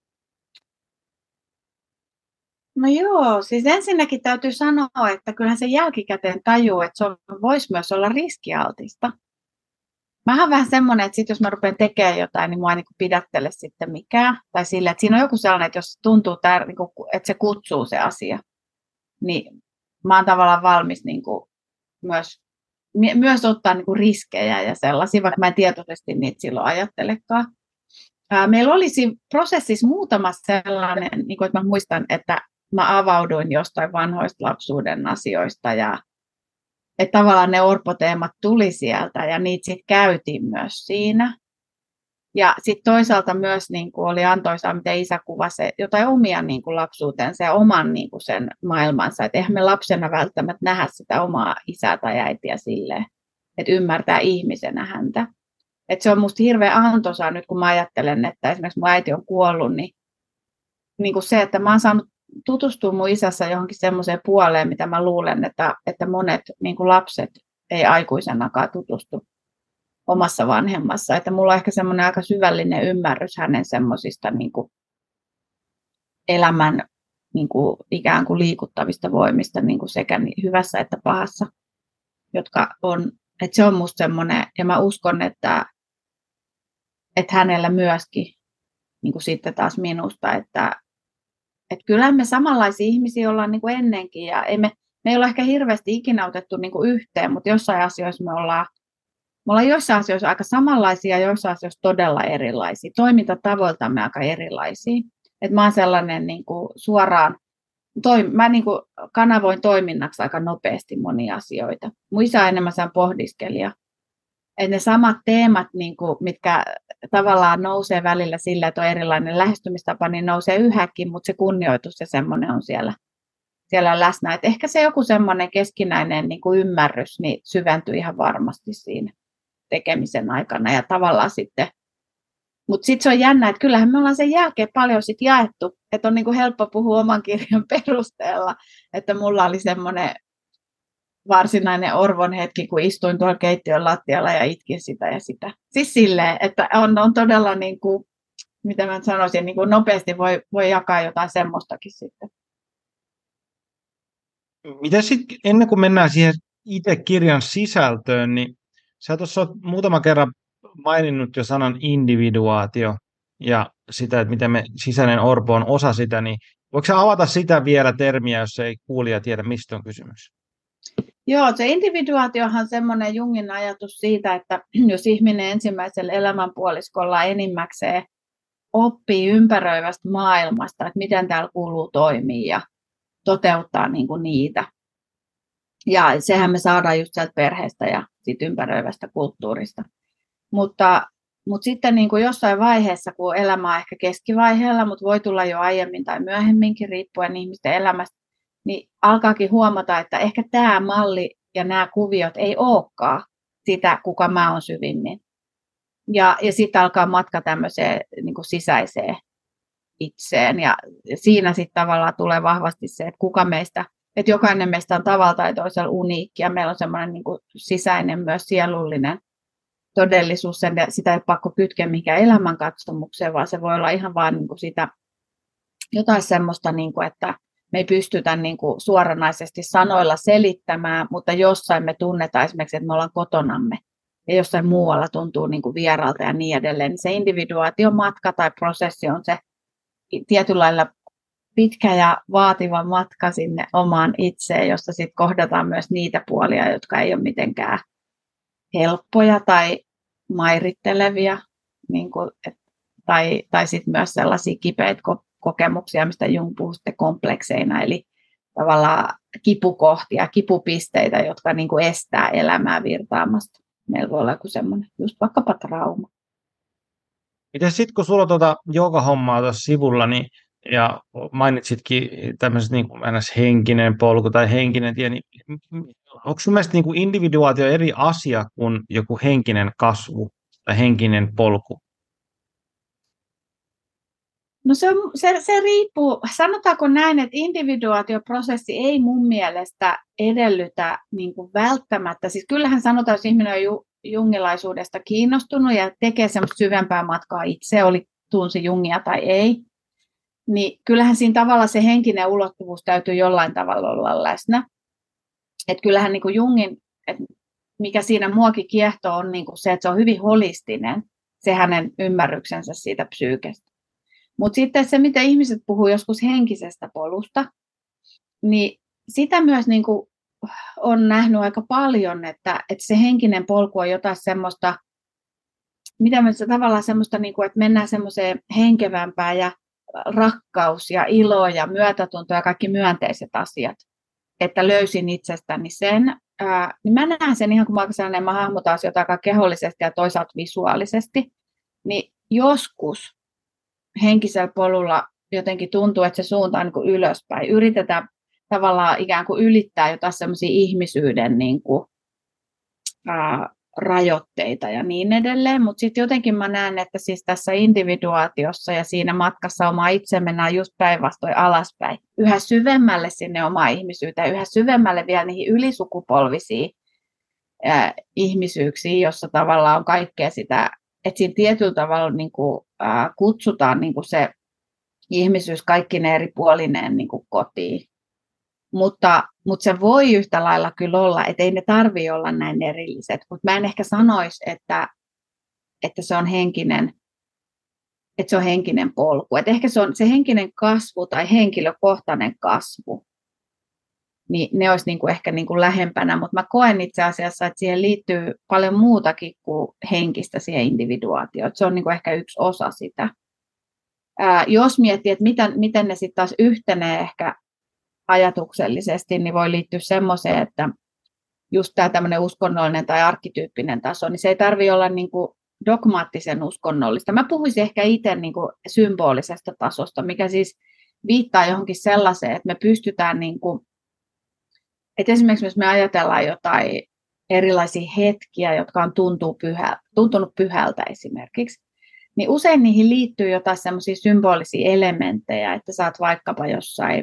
No joo, siis ensinnäkin täytyy sanoa, että kyllähän se jälkikäteen tajuu, että se voisi myös olla riskialtista. Mä oon vähän semmoinen, että sit jos mä rupean tekemään jotain, niin mua ei niin pidättele sitten mikään. Tai sillä, että siinä on joku sellainen, että jos tuntuu, että se kutsuu se asia, niin mä oon tavallaan valmis niin kuin myös ottaa niin kuin riskejä ja sellaisia, vaikka mä en tietoisesti niitä silloin ajattelekaan. Meillä olisi prosessissa muutama sellainen, niin kuin, että mä muistan, että mä avauduin jostain vanhoista lapsuuden asioista ja että tavallaan ne orpoteemat tuli sieltä ja niitä sitten käytiin myös siinä. Ja sitten toisaalta myös niin kuin oli antoisaa, miten isä kuvasi jotain omia niin kuin lapsuutensa ja oman niin kuin sen maailmansa. Että eihän me lapsena välttämättä nähdä sitä omaa isää tai äitiä silleen, että ymmärtää ihmisenä häntä. Että se on musta hirveän antoisaa nyt, kun mä ajattelen, että esimerkiksi mun äiti on kuollut, niin kuin se, että mä oon saanut tutustua mun isässä johonkin semmoiseen puoleen, mitä mä luulen, että monet niin kuin lapset ei aikuisenakaan tutustu omassa vanhemmassa. Että mulla on ehkä semmoinen aika syvällinen ymmärrys hänen semmoisista niin kuin elämän niin kuin ikään kuin liikuttavista voimista niin kuin sekä hyvässä että pahassa, jotka on, että se on musta semmoinen, ja mä uskon, että hänellä myöskin, niin kuin sitten taas minusta, että kyllä me samanlaisia ihmisiä ollaan niin kuin ennenkin, ja me ei olla ehkä hirveästi ikinä otettu niin kuin yhteen, mutta jossain asioissa me ollaan joissain asioissa aika samanlaisia, joissain asioissa todella erilaisia. Toimintatavoiltamme aika erilaisia. Et mä oon sellainen niin kuin suoraan, mä niin kuin kanavoin toiminnaksi aika nopeasti monia asioita. Mun isä on enemmän sen pohdiskelija. että ne samat teemat, niin kuin, mitkä tavallaan nousee välillä sillä, että on erilainen lähestymistapa, niin nousee yhäkin, mutta se kunnioitus ja semmoinen on siellä läsnä. Et ehkä se joku semmoinen keskinäinen niin kuin ymmärrys niin syventyy ihan varmasti siinä tekemisen aikana ja tavallaan sitten. Mutta sitten se on jännä, että kyllähän me ollaan sen jälkeen paljon sit jaettu, että on niin kuin helppo puhua oman kirjan perusteella, että mulla oli semmoinen varsinainen orvon hetki, kun istuin tuolla keittiön lattialla ja itkin sitä ja sitä. Siis silleen, että on todella, niin kuin, mitä mä sanoisin, niin kuin nopeasti voi jakaa jotain semmoistakin sitten. Mitä sitten, ennen kuin mennään siihen itse kirjan sisältöön, niin sä tuossa olet muutaman kerran maininnut jo sanan individuaatio ja sitä, että miten me sisäinen orpo on osa sitä, niin voiko sä avata sitä vielä termiä, jos ei kuulija tiedä, mistä on kysymys? Joo, se individuaatiohan on semmoinen Jungin ajatus siitä, että jos ihminen ensimmäisellä elämänpuoliskolla enimmäkseen oppii ympäröivästä maailmasta, että miten täällä kuuluu toimia ja toteuttaa niin kuin niitä. Ja sehän me saadaan just sieltä perheestä ja sit ympäröivästä kulttuurista. Mutta sitten niin kuin jossain vaiheessa, kun elämä on ehkä keskivaiheella, mutta voi tulla jo aiemmin tai myöhemminkin, riippuen ihmisten elämästä, niin alkaakin huomata, että ehkä tämä malli ja nämä kuviot ei olekaan sitä, kuka mä oon syvimmin. Ja sitten alkaa matka tämmöiseen niin kuin sisäiseen itseen. Ja siinä sitten tavallaan tulee vahvasti se, että kuka meistä, että jokainen meistä on tavalla tai toisella uniikki, ja meillä on semmoinen niin kuin sisäinen myös sielullinen todellisuus, sitä ei pakko kytkeä mihinkään elämänkatsomukseen, vaan se voi olla ihan vaan niin kuin sitä jotain semmoista, niin kuin, että me ei pystytä niin kuin suoranaisesti sanoilla selittämään, mutta jossain me tunnetaan esimerkiksi, että me ollaan kotonamme ja jossain muualla tuntuu niin kuin vieraalta ja niin edelleen. Se individuaatiomatka tai prosessi on se tietyllä lailla pitkä ja vaativa matka sinne omaan itseen, jossa sitten kohdataan myös niitä puolia, jotka ei ole mitenkään helppoja tai mairittelevia, niin kuin, tai sitten myös sellaisia kipeitä kokemuksia, mistä Jung puhuu sitten komplekseina, eli tavallaan kipukohtia, kipupisteitä, jotka niin kuin estää elämää virtaamasta. Meillä voi olla joku semmoinen, just vaikkapa trauma. Miten sitten, kun sulla on tuota joogahommaa tuossa sivulla, niin, ja mainitsitkin tämmöiset niin kuin henkinen polku tai henkinen tie, niin onko sun mielestä niin kuin individuaatio eri asia kuin joku henkinen kasvu tai henkinen polku? No se riippuu, sanotaanko näin, että individuaatioprosessi ei mun mielestä edellytä niin kuin välttämättä, siis kyllähän sanotaan, jos ihminen on jungilaisuudesta kiinnostunut ja tekee semmoista syvempää matkaa itse, tunsi Jungia tai ei, niin kyllähän siinä tavalla se henkinen ulottuvuus täytyy jollain tavalla olla läsnä. Että kyllähän niin kuin Jungin, että mikä siinä muakin kiehtoo on niin kuin se, että se on hyvin holistinen, se hänen ymmärryksensä siitä psyykestä. Mutta sitten se, mitä ihmiset puhuu joskus henkisestä polusta, niin sitä myös niin kuin on nähnyt aika paljon, että se henkinen polku on jotain semmoista, mitä me tavallaan semmoista, niin kuin, että mennään semmoiseen henkevämpään ja rakkaus ja ilo ja myötätunto ja kaikki myönteiset asiat, että löysin itsestäni sen. Niin mä näen sen ihan kun mä hahmotan jotain kehollisesti ja toisaalta visuaalisesti, niin joskus henkisellä polulla jotenkin tuntuu, että se suunta on niin kuin ylöspäin. Yritetään tavallaan ikään kuin ylittää jotain semmoisia ihmisyyden niin kuin, rajoitteita ja niin edelleen. Mutta sitten jotenkin mä näen, että siis tässä individuaatiossa ja siinä matkassa oma itse mennään just päinvastoin alaspäin. Yhä syvemmälle sinne omaan ihmisyyteen, yhä syvemmälle vielä niihin ylisukupolvisiin ihmisyyksiin, jossa tavallaan on kaikkea sitä, että siinä tietyllä tavalla niin kuin, kutsutaan niin kuin se ihmisyys kaikkine eri puolineen niin kuin kotiin. Mutta se voi yhtä lailla kyllä olla, että ei ne tarvitse olla näin erilliset. Mutta mä en ehkä sanoisi, että se on henkinen, että se on henkinen polku. Että ehkä se henkinen kasvu tai henkilökohtainen kasvu, niin ne olisi niin kuin ehkä niin kuin lähempänä. Mutta mä koen itse asiassa, että siihen liittyy paljon muutakin kuin henkistä siihen individuaatioon. Se on niin kuin ehkä yksi osa sitä. Jos miettii, että miten ne sitten taas yhtenee ehkä ajatuksellisesti, niin voi liittyä semmoiseen, että just tämä tämmöinen uskonnollinen tai arkkityyppinen taso, niin se ei tarvitse olla niin kuin dogmaattisen uskonnollista. Mä puhuisin ehkä itse niin kuin symbolisesta tasosta, mikä siis viittaa johonkin sellaiseen, että me pystytään, niin kuin, että esimerkiksi jos me ajatellaan jotain erilaisia hetkiä, jotka on tuntunut pyhältä esimerkiksi, niin usein niihin liittyy jotain semmoisia symbolisia elementtejä, että sä oot vaikkapa jossain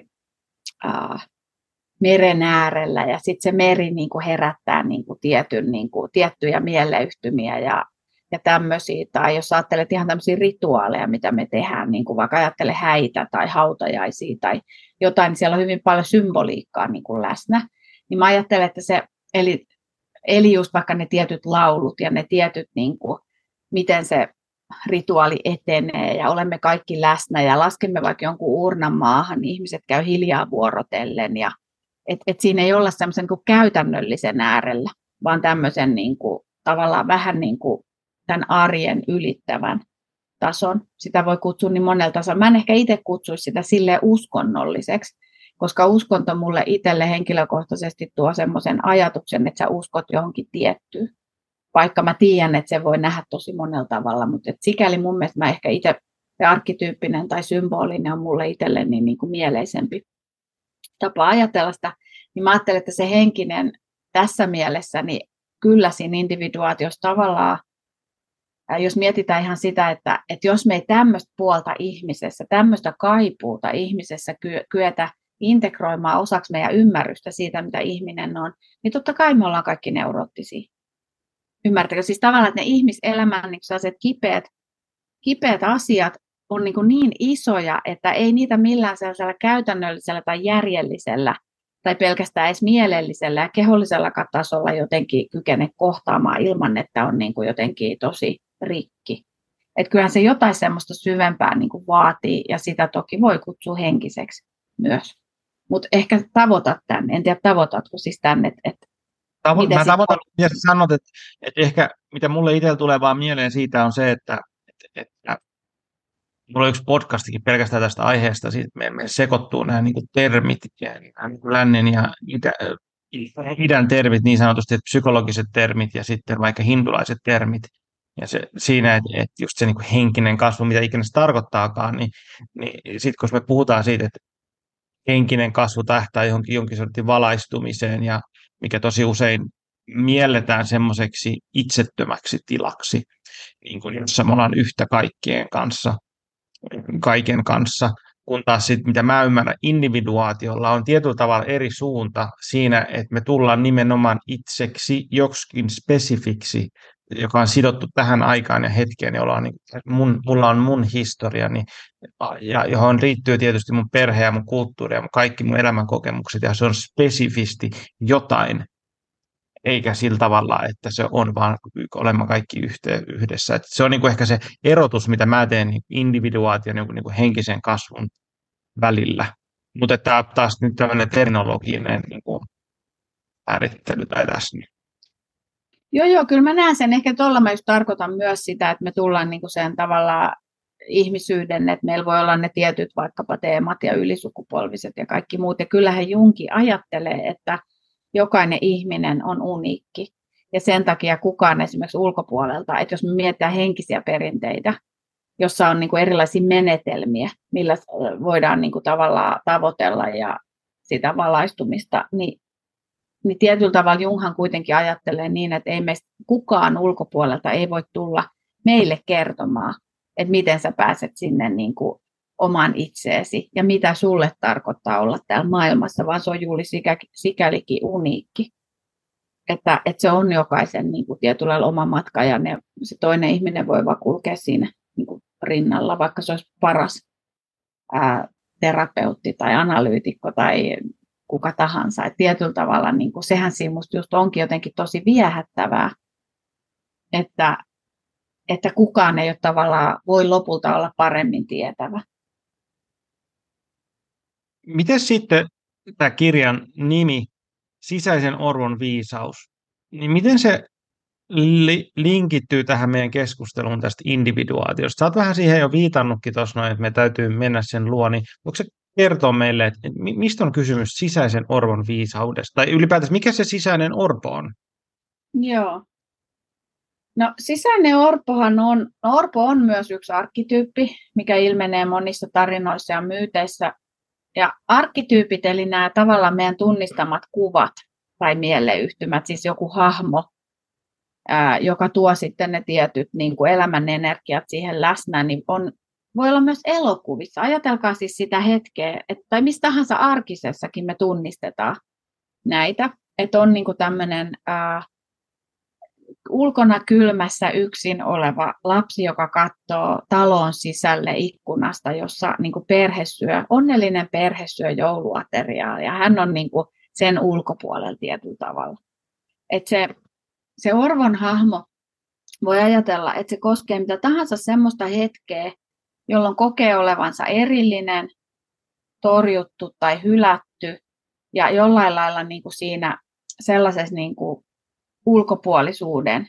meren äärellä ja sitten se meri niin kuin herättää niin kuin tiettyjä mieleyhtymiä ja tämmöisiä. Tai jos ajattelet ihan tämmöisiä rituaaleja, mitä me tehdään, niin kuin vaikka ajattele häitä tai hautajaisia tai jotain, niin siellä on hyvin paljon symboliikkaa niin kuin läsnä. Niin mä ajattelen, että se, eli just vaikka ne tietyt laulut ja ne tietyt, niin kuin, miten se rituaali etenee ja olemme kaikki läsnä ja laskemme vaikka jonkun urnan maahan, niin ihmiset käy hiljaa vuorotellen ja et siinä ei olla semmoisen niin käytännöllisen äärellä, vaan tämmöisen niin kuin, tavallaan vähän niin kuin tämän arjen ylittävän tason. Sitä voi kutsua niin monella tasolla. Mä en ehkä itse kutsuisi sitä silleen uskonnolliseksi, koska uskonto mulle itselle henkilökohtaisesti tuo semmoisen ajatuksen, että sä uskot johonkin tiettyyn. Vaikka mä tiedän, että se voi nähdä tosi monella tavalla, mutta sikäli mun mielestä mä ehkä itse se arkkityyppinen tai symbolinen on mulle itselleni niin kuin mieleisempi tapa ajatella sitä, niin mä ajattelen, että se henkinen tässä mielessä, niin kyllä siinä individuaatiossa tavallaan, jos mietitään ihan sitä, että jos me ei tämmöistä puolta ihmisessä, tämmöistä kaipuuta ihmisessä kyetä integroimaan osaksi meidän ymmärrystä siitä, mitä ihminen on, niin totta kai me ollaan kaikki neuroottisia. Ymmärtäkö? Siis tavallaan, että ne ihmiselämän niin sellaiset kipeät asiat on niin isoja, että ei niitä millään sellaisella käytännöllisellä tai järjellisellä tai pelkästään edes mielellisellä ja kehollisella tasolla jotenkin kykene kohtaamaan ilman, että on niin kuin jotenkin tosi rikki. Että kyllähän se jotain semmoista syvempää niin kuin vaatii ja sitä toki voi kutsua henkiseksi myös. Mutta ehkä tavoitat tämän. En tiedä, tavoitatko siis tämän, Mä tavoitan, mitä sä sanot, että ehkä mitä mulle itsellä tulee vaan mieleen siitä on se, että mulla on yksi podcastikin pelkästään tästä aiheesta, siitä me sekoittuu nämä niin kuin termit, ja niin kuin lännen ja idän termit, niin sanotusti, että psykologiset termit ja sitten vaikka hindulaiset termit. Ja siinä, että just se niin kuin henkinen kasvu, mitä ikinä se tarkoittaakaan, niin sitten kun me puhutaan siitä, että henkinen kasvu tähtää jonkin sortin valaistumiseen, ja mikä tosi usein mielletään semmoiseksi itsettömäksi tilaksi, niin kuin jossa me ollaan yhtä kaiken kanssa, kun taas sitten, mitä mä ymmärrän, individuaatiolla on tietyllä tavalla eri suunta siinä, että me tullaan nimenomaan itseksi joksikin spesifiksi, joka on sidottu tähän aikaan ja hetkeen, jolla on mulla on mun historiani, ja johon liittyy tietysti mun perhe ja mun kulttuuri ja kaikki mun elämänkokemukset, ja se on spesifisti jotain, eikä sillä tavalla, että se on vaan olemme kaikki yhdessä. Että se on niin kuin ehkä se erotus, mitä mä teen niin individuaation niin kuin henkisen kasvun välillä. Mutta tämä taas nyt tämmöinen terminologinen niin kuin määrittely tai tässä. Joo, kyllä mä näen sen. Ehkä tuolla mä just tarkoitan myös sitä, että me tullaan niin kuin sen tavallaan ihmisyyden, että meillä voi olla ne tietyt vaikkapa teemat ja ylisukupolviset ja kaikki muut. Ja kyllähän Jungi ajattelee, että jokainen ihminen on uniikki. Ja sen takia kukaan esimerkiksi ulkopuolelta, että jos me mietitään henkisiä perinteitä, jossa on niin kuin erilaisia menetelmiä, millä voidaan niin kuin tavallaan tavoitella ja sitä valaistumista, niin tietyllä tavalla Junghan kuitenkin ajattelee niin, että ei meistä kukaan ulkopuolelta ei voi tulla meille kertomaan, että miten sä pääset sinne niin kuin oman itseesi ja mitä sulle tarkoittaa olla täällä maailmassa, vaan se on juuri sikälikin uniikki. Että se on jokaisen niin kuin tietyllä lailla oma matka ja se toinen ihminen voi vaan kulkea siinä niin kuin rinnalla, vaikka se olisi paras terapeutti tai analyytikko tai kuka tahansa. Et tietyllä tavalla niin kuin, sehän siinä musta just onkin jotenkin tosi viehättävää, että kukaan ei ole tavallaan voi lopulta olla paremmin tietävä. Miten sitten tämä kirjan nimi, Sisäisen orvon viisaus, niin miten se linkittyy tähän meidän keskusteluun tästä individuaatiosta? Sä oot vähän siihen jo viitannutkin tuossa noin, että me täytyy mennä sen luo, niin onko se kertoa meille, että mistä on kysymys sisäisen orvon viisaudesta? Tai ylipäätänsä, mikä se sisäinen orpo on? Joo. No sisäinen orpohan on, orpo on myös yksi arkkityyppi, mikä ilmenee monissa tarinoissa ja myyteissä. Ja arkkityypit, eli nämä tavallaan meidän tunnistamat kuvat tai mieleyhtymät, siis joku hahmo, joka tuo sitten ne tietyt niin kuin elämän energiat siihen läsnä, niin voi olla myös elokuvissa. Ajatelkaa siis sitä hetkeä, tai mistä tahansa arkisessakin me tunnistetaan näitä, että on niin kuin tämmöinen ulkona kylmässä yksin oleva lapsi, joka katsoo talon sisälle ikkunasta, jossa niin kuin onnellinen perhe syö jouluateriaa, ja hän on niin kuin sen ulkopuolella tietyllä tavalla. Että se orvon hahmo voi ajatella, että se koskee mitä tahansa semmoista hetkeä, jolloin kokee olevansa erillinen, torjuttu tai hylätty, ja jollain lailla niin kuin siinä sellaisessa niin kuin ulkopuolisuuden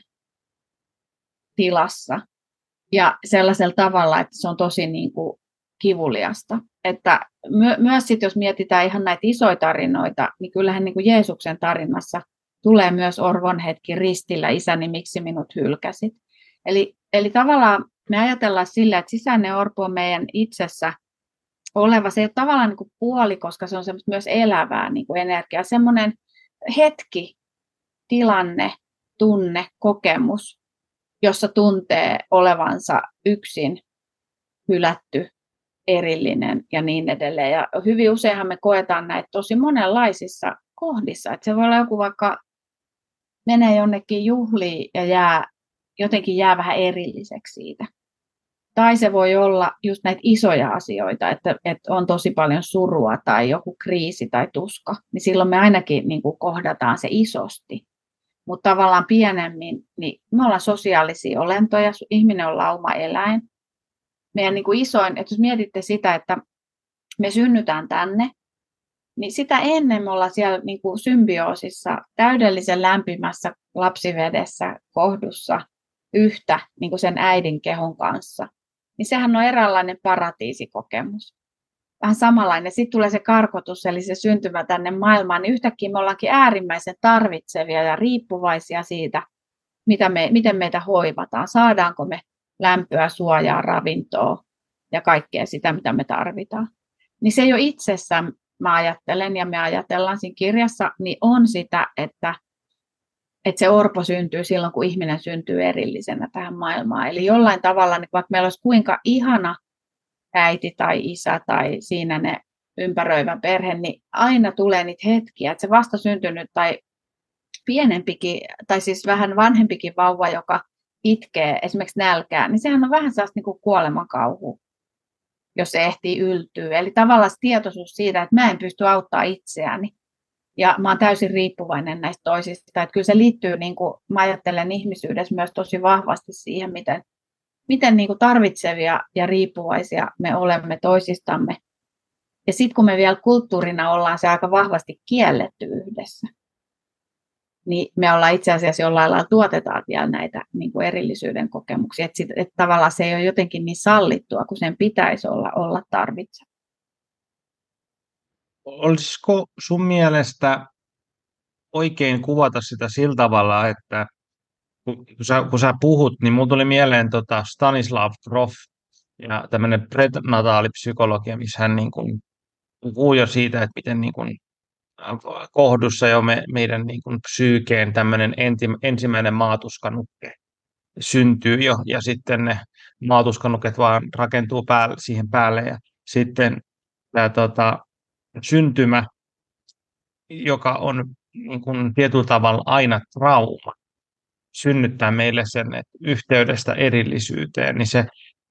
tilassa ja sellaisella tavalla, että se on tosi niin kuin kivuliasta. Että myös sit, jos mietitään ihan näitä isoja tarinoita, niin kyllähän niin kuin Jeesuksen tarinassa tulee myös orvon hetki ristillä, isäni, miksi minut hylkäsit. Eli tavallaan me ajatellaan sillä, että sisäinen orpo on meidän itsessä oleva, se ei ole tavallaan niin kuin puoli, koska se on myös elävää niin kuin energiaa, semmoinen hetki, tilanne, tunne, kokemus, jossa tuntee olevansa yksin, hylätty, erillinen ja niin edelleen. Ja hyvin useinhan me koetaan näitä tosi monenlaisissa kohdissa. Että se voi olla joku vaikka menee jonnekin juhliin ja jotenkin jää vähän erilliseksi siitä. Tai se voi olla just näitä isoja asioita, että on tosi paljon surua tai joku kriisi tai tuska. Niin silloin me ainakin niin kuin kohdataan se isosti. Mutta tavallaan pienemmin, niin me ollaan sosiaalisia olentoja, ihminen on lauma-eläin. Meidän niin kuin isoin, että jos mietitte sitä, että me synnytään tänne, niin sitä ennen me ollaan siellä niin kuin symbioosissa, täydellisen lämpimässä lapsivedessä, kohdussa, yhtä niin kuin sen äidin kehon kanssa. Niin sehän on eräänlainen paratiisikokemus. Vähän samanlainen. Sitten tulee se karkotus, eli se syntymä tänne maailmaan, niin yhtäkkiä me ollaankin äärimmäisen tarvitsevia ja riippuvaisia siitä, miten meitä hoivataan. Saadaanko me lämpöä, suojaa, ravintoa ja kaikkea sitä, mitä me tarvitaan. Niin se jo itsessään, mä ajattelen ja me ajatellaan siinä kirjassa, niin on sitä, että se orpo syntyy silloin, kun ihminen syntyy erillisenä tähän maailmaan. Eli jollain tavalla, niin vaikka meillä olisi kuinka ihana äiti tai isä tai siinä ne ympäröivä perhe, niin aina tulee niitä hetkiä, että se vasta syntynyt tai pienempikin, tai siis vähän vanhempikin vauva, joka itkee esimerkiksi nälkää, niin sehän on vähän sellaista niin kuin kuolemankauhua, jos se ehtii yltyä. Eli tavallaan tietoisuus siitä, että mä en pysty auttamaan itseäni ja mä oon täysin riippuvainen näistä toisista. Että kyllä se liittyy, niin kuin mä ajattelen ihmisyydessä myös tosi vahvasti siihen, miten niin kuin tarvitsevia ja riippuvaisia me olemme toisistamme. Ja sitten kun me vielä kulttuurina ollaan se aika vahvasti kielletty yhdessä, niin me ollaan itse asiassa jollain lailla tuotetaan vielä näitä niin kuin erillisyyden kokemuksia. Että tavallaan se ei ole jotenkin niin sallittua, kun sen pitäisi olla tarvitseva. Olisiko sun mielestä oikein kuvata sitä sillä tavalla, että kun sä puhut, niin mulla tuli mieleen Stanislav Grof ja tämmöinen prenataalipsykologia, missä hän niin kuin puhuu jo siitä, että miten niin kuin kohdussa jo meidän niin kuin psyykeen tämmöinen ensimmäinen maatuskanukke syntyy jo, ja sitten ne maatuskanukket vaan rakentuu siihen päälle, ja sitten tämä syntymä, joka on niin kuin tietyllä tavalla aina trauma, synnyttää meille sen, että yhteydestä erillisyyteen, niin se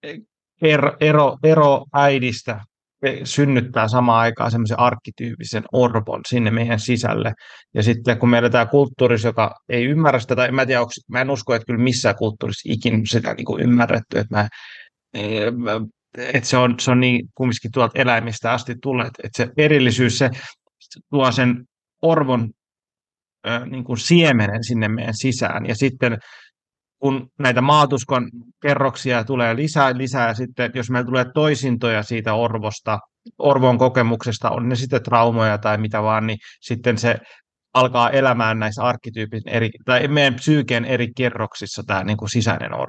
ero äidistä synnyttää samaan aikaan semmoisen arkkityyppisen orpon sinne meidän sisälle. Ja sitten kun meillä tämä kulttuurissa, joka ei ymmärrä sitä, tai mä en usko, että kyllä missään kulttuurissa ikinä sitä niin kuin ymmärretty, että se on niin kumminkin tuolta eläimistä asti tullut, että se erillisyys, se tuo sen orvon niin kuin siemenen sinne meidän sisään. Ja sitten kun näitä maatuskon kerroksia tulee lisää, ja sitten jos meillä tulee toisintoja siitä orvosta, Orvon kokemuksesta, on ne sitten traumoja tai mitä vaan, niin sitten se alkaa elämään näissä arkkityypin tai meidän psyykeen eri kerroksissa tämä niin kuin sisäinen orvo.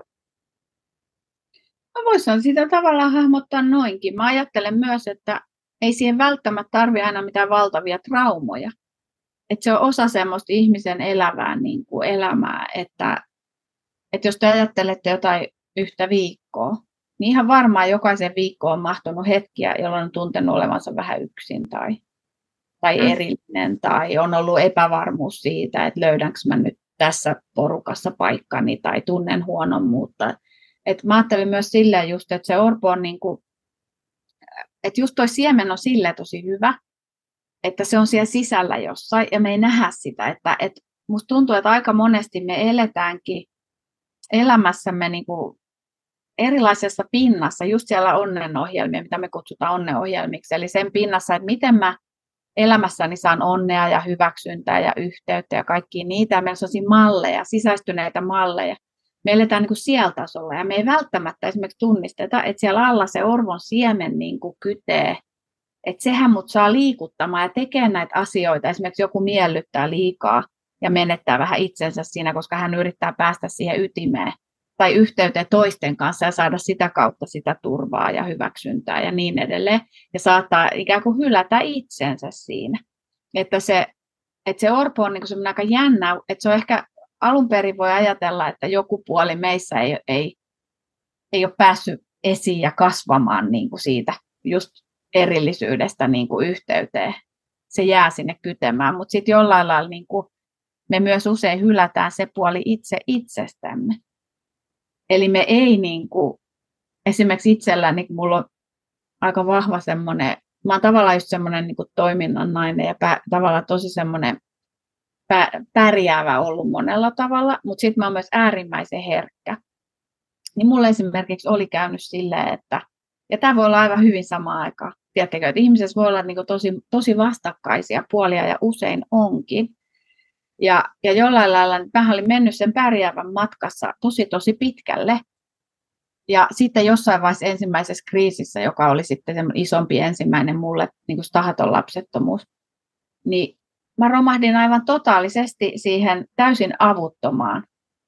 No voisihan sitä tavallaan hahmottaa noinkin. Mä ajattelen myös, että ei siihen välttämättä tarvitse aina mitään valtavia traumoja. Että se on osa semmoista ihmisen elävää niin kuin elämää, että jos te ajattelette jotain yhtä viikkoa, niin ihan varmaan jokaisen viikkoon on mahtunut hetkiä, jolloin on tuntenut olevansa vähän yksin tai erillinen, tai on ollut epävarmuus siitä, että löydänkö mä nyt tässä porukassa paikkani, tai tunnen huonommuutta. Et mä ajattelin myös silleen just, että se orpo on niin kuin, että just toi siemen on silleen tosi hyvä, että se on siellä sisällä jossain, ja me ei nähdä sitä, että musta tuntuu, että aika monesti me eletäänkin elämässämme niin kuin erilaisessa pinnassa, just siellä onnenohjelmia, mitä me kutsutaan onnenohjelmiksi, eli sen pinnassa, että miten mä elämässäni saan onnea ja hyväksyntää ja yhteyttä ja kaikkia niitä, ja meillä on sellaisia malleja, sisäistyneitä malleja. Me eletään niin kuin siellä tasolla, ja me ei välttämättä esimerkiksi tunnisteta, että siellä alla se orvon siemen niin kuin kytee, että sehän mut saa liikuttamaan ja tekee näitä asioita, esimerkiksi joku miellyttää liikaa ja menettää vähän itsensä siinä, koska hän yrittää päästä siihen ytimeen tai yhteyteen toisten kanssa ja saada sitä kautta sitä turvaa ja hyväksyntää ja niin edelleen. Ja saattaa ikään kuin hylätä itsensä siinä. Että se orpo on niin semmoinen aika jännä, että se on ehkä alun perin voi ajatella, että joku puoli meissä ei ole päässyt esiin ja kasvamaan niin kuin siitä just erillisyydestä niin kuin yhteyteen. Se jää sinne kytemään, mutta sitten jollain lailla niin kuin me myös usein hylätään se puoli itse itsestämme. Eli me ei niin kuin, esimerkiksi itselläni, niin mulla on aika vahva semmoinen, mä oon tavallaan just semmoinen niin kuin toiminnan nainen ja tavallaan tosi semmoinen pärjäävä ollut monella tavalla, mutta sitten mä oon myös äärimmäisen herkkä. Niin mulla esimerkiksi oli käynyt silleen, että, ja tämä voi olla aivan hyvin samaan aikaan, tiedättekö, että ihmisessä voi olla niin kuin tosi vastakkaisia puolia ja usein onkin. Ja jollain lailla vähän oli mennyt sen pärjäävän matkassa tosi pitkälle. Ja sitten jossain vaiheessa ensimmäisessä kriisissä, joka oli sitten isompi ensimmäinen mulle, niin kuin tahaton lapsettomuus, niin mä romahdin aivan totaalisesti siihen täysin avuttomaan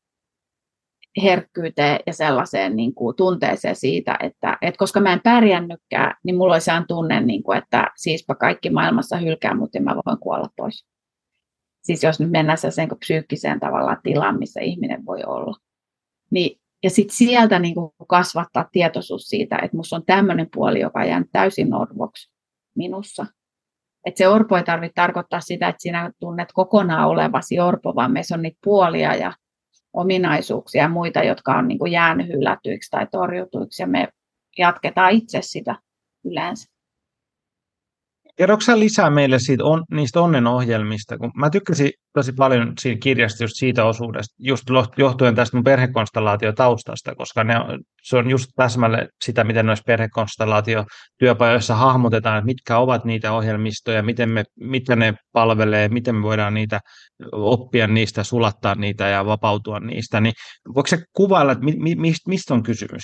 herkkyyteen ja sellaiseen niin kuin tunteeseen siitä, että koska mä en pärjännytkään, niin mulla oli sehän tunne, niin kuin, että siispä kaikki maailmassa hylkää, mutta mä voin kuolla pois. Siis jos nyt mennään sen psyykkiseen tavallaan tilaan, missä ihminen voi olla. Niin, ja sitten sieltä niin kuin kasvattaa tietoisuus siitä, että musta on tämmöinen puoli, joka on jäänyt täysin orvoksi minussa. Että se orpo ei tarvitse tarkoittaa sitä, että sinä tunnet kokonaan olevasi orpo, vaan meissä on niitä puolia ja ominaisuuksia ja muita, jotka on niin kuin jäänyt hylätyiksi tai torjutuiksi, ja me jatketaan itse sitä yleensä. Kerroksä sä lisää meille niistä onnenohjelmista, kun mä tykkäsin tosi paljon siinä kirjasta just siitä osuudesta, just johtuen tästä mun perhekonstellaatiotaustasta, koska se on just täsmälle sitä, miten noissa perhekonstellaatiotyöpajoissa hahmotetaan, että mitkä ovat niitä ohjelmistoja, mitä ne palvelee, miten me voidaan niitä oppia niistä, sulattaa niitä ja vapautua niistä, niin voiko se kuvailla, että mistä on kysymys?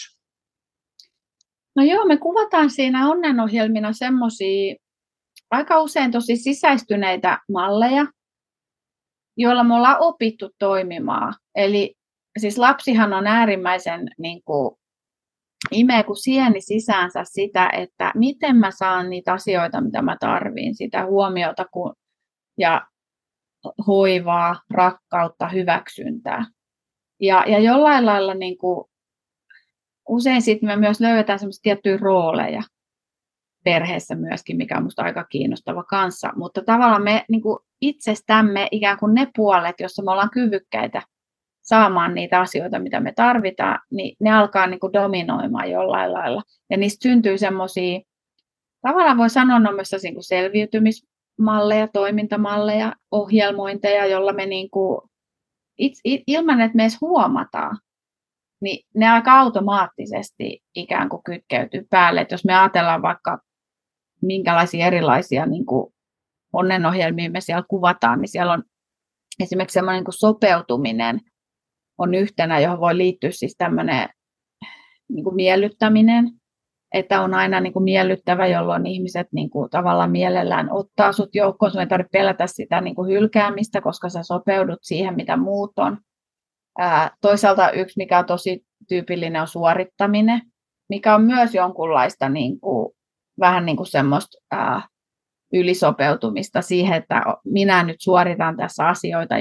No joo, me kuvataan siinä onnenohjelmina semmoisia aika usein tosi sisäistyneitä malleja, joilla me ollaan opittu toimimaan. Eli siis lapsihan on äärimmäisen niin kuin, imee kuin sieni sisäänsä sitä, että miten mä saan niitä asioita, mitä mä tarviin, sitä huomiota ja hoivaa, rakkautta, hyväksyntää. Ja jollain lailla niin kuin, usein sitten me myös löydetään semmoisia tiettyjä rooleja perheessä myöskin, mikä on minusta aika kiinnostava kanssa. Mutta tavallaan me niin kuin itsestämme ikään kuin ne puolet, joissa me ollaan kyvykkäitä saamaan niitä asioita, mitä me tarvitaan, niin ne alkaa niin kuin dominoimaan jollain lailla. Ja niistä syntyy semmoisia, tavallaan voi sanoa, ne on myös niin kuin selviytymismalleja, toimintamalleja, ohjelmointeja, jolla me niin kuin, ilman, että me edes huomataan, niin ne aika automaattisesti ikään kuin kytkeytyy päälle. Että jos me ajatellaan vaikka minkälaisia erilaisia niin kuin onnenohjelmia me siellä kuvataan, niin siellä on esimerkiksi semmoinen niin kuin sopeutuminen on yhtenä, johon voi liittyä siis tämmöinen niin kuin miellyttäminen. että on aina niin kuin miellyttävä, jolloin ihmiset niin kuin tavallaan mielellään ottaa sut joukkoon. Sun ei tarvitse pelätä sitä niin kuin hylkäämistä, koska sä sopeudut siihen, mitä muut on. Toisaalta yksi, mikä on tosi tyypillinen, on suorittaminen, mikä on myös jonkunlaista niin kuin, vähän niin kuin semmoista ylisopeutumista siihen, että minä nyt suoritan tässä asioita,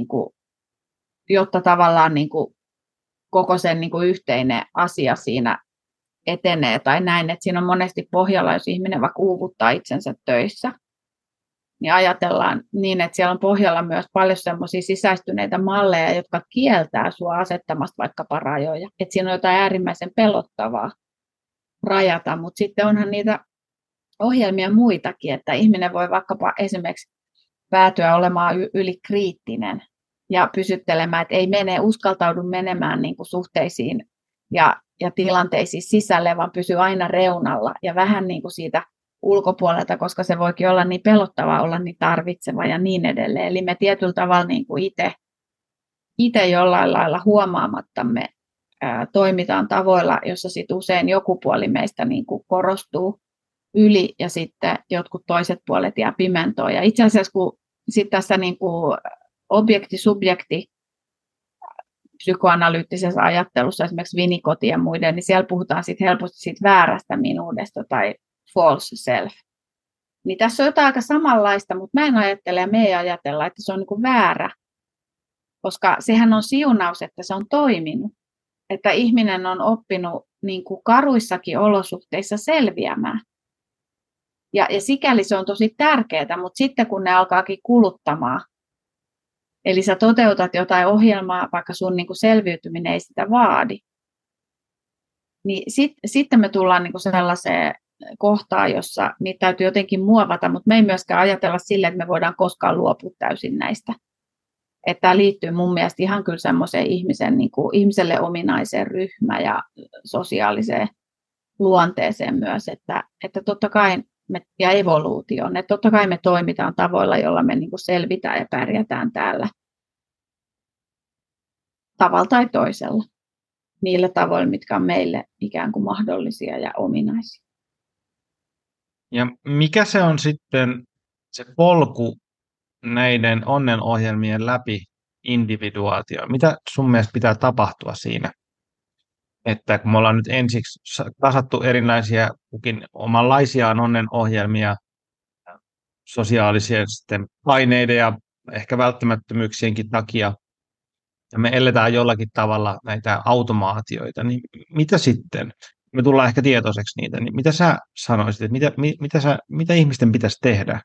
jotta tavallaan niin kuin koko sen niin kuin yhteinen asia siinä etenee tai näin, että siinä on monesti pohjalla, jos ihminen vaikka uuvuttaa itsensä töissä, niin ajatellaan niin, että siellä on pohjalla myös paljon semmoisia sisäistyneitä malleja, jotka kieltää sinua asettamasta vaikkapa rajoja. Että siinä on jotain äärimmäisen pelottavaa rajata, mutta sitten onhan niitä ohjelmia muitakin, että ihminen voi vaikkapa esimerkiksi päätyä olemaan ylikriittinen ja pysyttelemään, että ei uskaltaudu menemään niin kuin suhteisiin ja tilanteisiin sisälle, vaan pysyy aina reunalla ja vähän niin kuin siitä ulkopuolelta, koska se voikin olla niin pelottavaa, olla niin tarvitseva ja niin edelleen. Eli me tietyllä tavalla niin kuin itse jollain lailla huomaamattamme toimitaan tavoilla, jossa sit usein joku puoli meistä niin kuin korostuu yli ja sitten jotkut toiset puolet jää pimentoon. Ja itse asiassa kun sit tässä niin kuin objekti-subjekti psykoanalyyttisessä ajattelussa, esimerkiksi Winnicottin ja muiden, niin siellä puhutaan sit helposti siitä väärästä minuudesta tai false self. Niin tässä on jotain aika samanlaista, mutta mä en ajattele ja me ei ajatella, että se on niin kuin väärä, koska sehän on siunaus, että se on toiminut. Että ihminen on oppinut niin kuin karuissakin olosuhteissa selviämään. Ja sikäli se on tosi tärkeää, mutta sitten kun ne alkaakin kuluttamaan, eli sä toteutat jotain ohjelmaa, vaikka sun niin kuin selviytyminen ei sitä vaadi, niin sitten me tullaan niin kuin sellaiseen kohtaan, jossa niitä täytyy jotenkin muovata, mutta me ei myöskään ajatella sille, että me voidaan koskaan luopua täysin näistä. Että tämä liittyy mun mielestä ihan kyllä semmoiseen ihmiselle ominaiseen ryhmä- ja sosiaaliseen luonteeseen myös, että totta kai ja evoluutioon, että totta kai me toimitaan tavoilla, joilla me niin kuin selvitään ja pärjätään täällä tavalla tai toisella, niillä tavoilla, mitkä on meille ikään kuin mahdollisia ja ominaisia. Ja mikä se on sitten se polku näiden onnenohjelmien läpi individuaatio? Mitä sun mielestä pitää tapahtua siinä? Että kun me ollaan nyt ensiksi kasattu erinäisiä kukin omanlaisiaan onnenohjelmia, sosiaalisia sitten paineiden ja ehkä välttämättömyyksienkin takia, ja me eletään jollakin tavalla näitä automaatioita, niin mitä sitten? Me tullaan ehkä tietoiseksi niitä, niin mitä sä sanoisit, että mitä ihmisten pitäisi tehdä?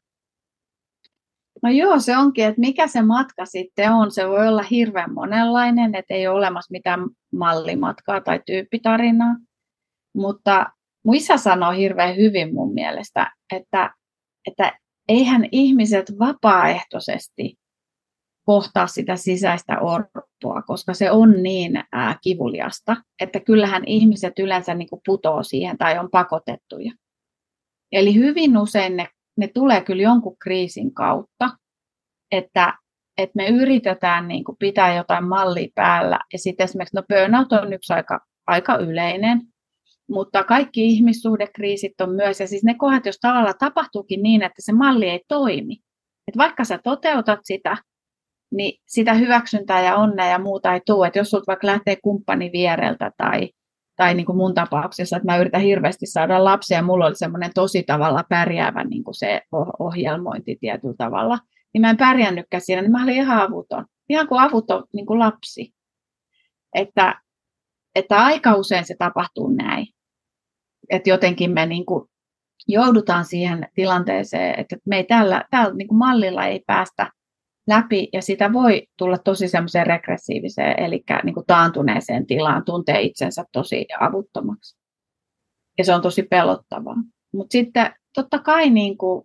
No joo, se onkin, että mikä se matka sitten on. Se voi olla hirveän monenlainen, että ei ole olemassa mitään mallimatkaa tai tyyppitarinaa. Mutta mun isä sanoi hirveän hyvin mun mielestä, että eihän ihmiset vapaaehtoisesti kohtaa sitä sisäistä orpoa, koska se on niin kivuliasta, että kyllähän ihmiset yleensä niin kuin putoo siihen tai on pakotettuja. Eli hyvin usein ne tulee kyllä jonkun kriisin kautta, että me yritetään niin kuin pitää jotain mallia päällä. Ja sitten esimerkiksi burnout on yksi aika yleinen, mutta kaikki ihmissuhdekriisit on myös. Ja siis ne kohdat, jos tavallaan tapahtuukin niin, että se malli ei toimi. Että vaikka sä toteutat sitä, niin sitä hyväksyntää ja onnea ja muuta ei tule. Että jos sulta vaikka lähtee kumppani viereltä tai niin kuin mun tapauksessa, että mä yritän hirveästi saada lapsia ja mulla oli semmoinen tosi tavalla pärjäävä niin kuin se ohjelmointi tietyllä tavalla, niin mä en pärjännytkään siinä, niin mä olin ihan avuton. Ihan kuin avuton niin kuin lapsi. Että aika usein se tapahtuu näin. Että jotenkin me niin kuin joudutaan siihen tilanteeseen, että me ei tällä niin kuin mallilla ei päästä läpi, ja sitä voi tulla tosi semmoiseen regressiiviseen, eli niin kuin taantuneeseen tilaan, tuntee itsensä tosi avuttomaksi. Ja se on tosi pelottavaa. Mutta sitten totta kai niin kuin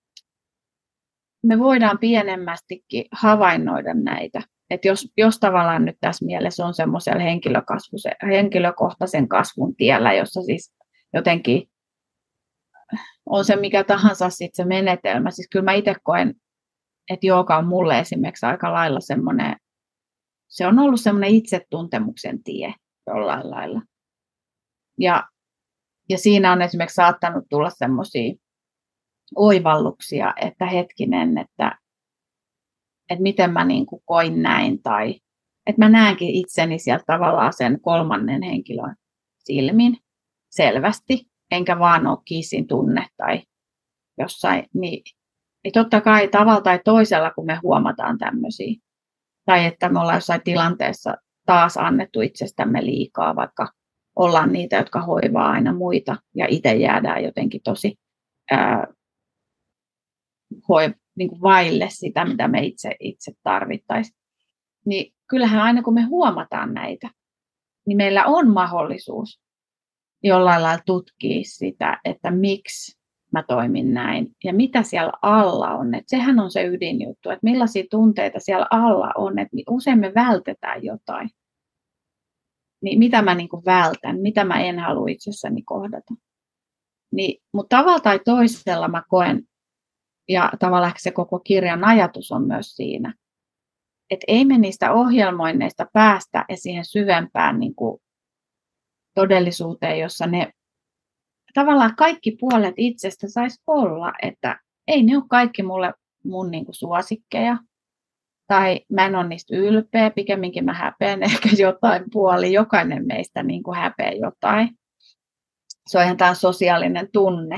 me voidaan pienemmästikin havainnoida näitä. Että jos tavallaan nyt tässä mielessä on semmoisella henkilökohtaisen kasvun tiellä, jossa siis jotenkin on se mikä tahansa sitten se menetelmä. Siis kyllä mä itse koen, että jooga on mulle esimerkiksi aika lailla semmoinen, se on ollut semmoinen itsetuntemuksen tie jollain lailla. Ja Ja siinä on esimerkiksi saattanut tulla semmoisia oivalluksia, että hetkinen, että miten mä niin kuin koin näin, tai että mä näenkin itseni sieltä tavallaan sen kolmannen henkilön silmin selvästi, enkä vaan ole kissin tunne tai jossain. Niin totta kai tavalla tai toisella, kun me huomataan tämmöisiä, tai että me ollaan jossain tilanteessa taas annettu itsestämme liikaa, vaikka ollaan niitä, jotka hoivaa aina muita, ja itse jäädään jotenkin tosi niin kuin vaille sitä, mitä me itse tarvittaisiin. Niin kyllähän aina kun me huomataan näitä, niin meillä on mahdollisuus jollain lailla tutkia sitä, että miksi mä toimin näin ja mitä siellä alla on. Että sehän on se ydinjuttu, että millaisia tunteita siellä alla on, että usein me vältetään jotain. Niin mitä mä niin kuin vältän, mitä mä en halua itsessäni kohdata. Niin, mutta tavalla tai toisella mä koen, ja tavallaan se koko kirjan ajatus on myös siinä, että ei me niistä ohjelmoinneista päästä siihen syvempään niin kuin todellisuuteen, jossa ne tavallaan kaikki puolet itsestä saisi olla, että ei ne ole kaikki mun niin kuin suosikkeja, tai mä en ole niistä ylpeä, pikemminkin mä häpeän ehkä jotain puoli, jokainen meistä niin kuin häpeä jotain. Se on ihan tämä sosiaalinen tunne.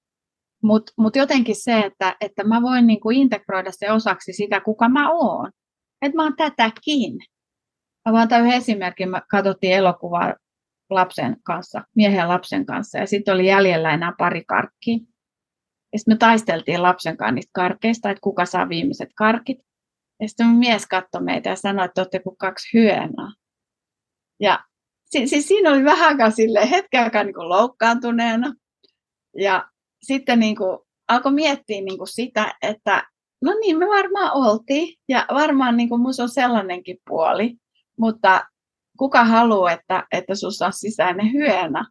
Mut jotenkin se, että mä voin niin kuin integroida se osaksi sitä, kuka mä oon. Että mä oon tätäkin. Mä vaan tämän yhden esimerkin, me katsottiin elokuvaa lapsen kanssa, miehen ja lapsen kanssa, ja sitten oli jäljellä enää pari karkkia. Ja sitten me taisteltiin lapsen kanssa niistä karkeista, että kuka saa viimeiset karkit. Ja sitten mun mies katsoi meitä ja sanoi, että olette kuin kaksi hyönaa. Ja siis siinä oli vähän aikaa silleen, hetken aikaa niin kuin loukkaantuneena. Ja sitten niin kuin alkoi miettiä niin kuin sitä, että no niin, me varmaan oltiin. Ja varmaan niin kuin musta on sellainenkin puoli. Mutta kuka haluaa, että sussa on sisäinen hyönä?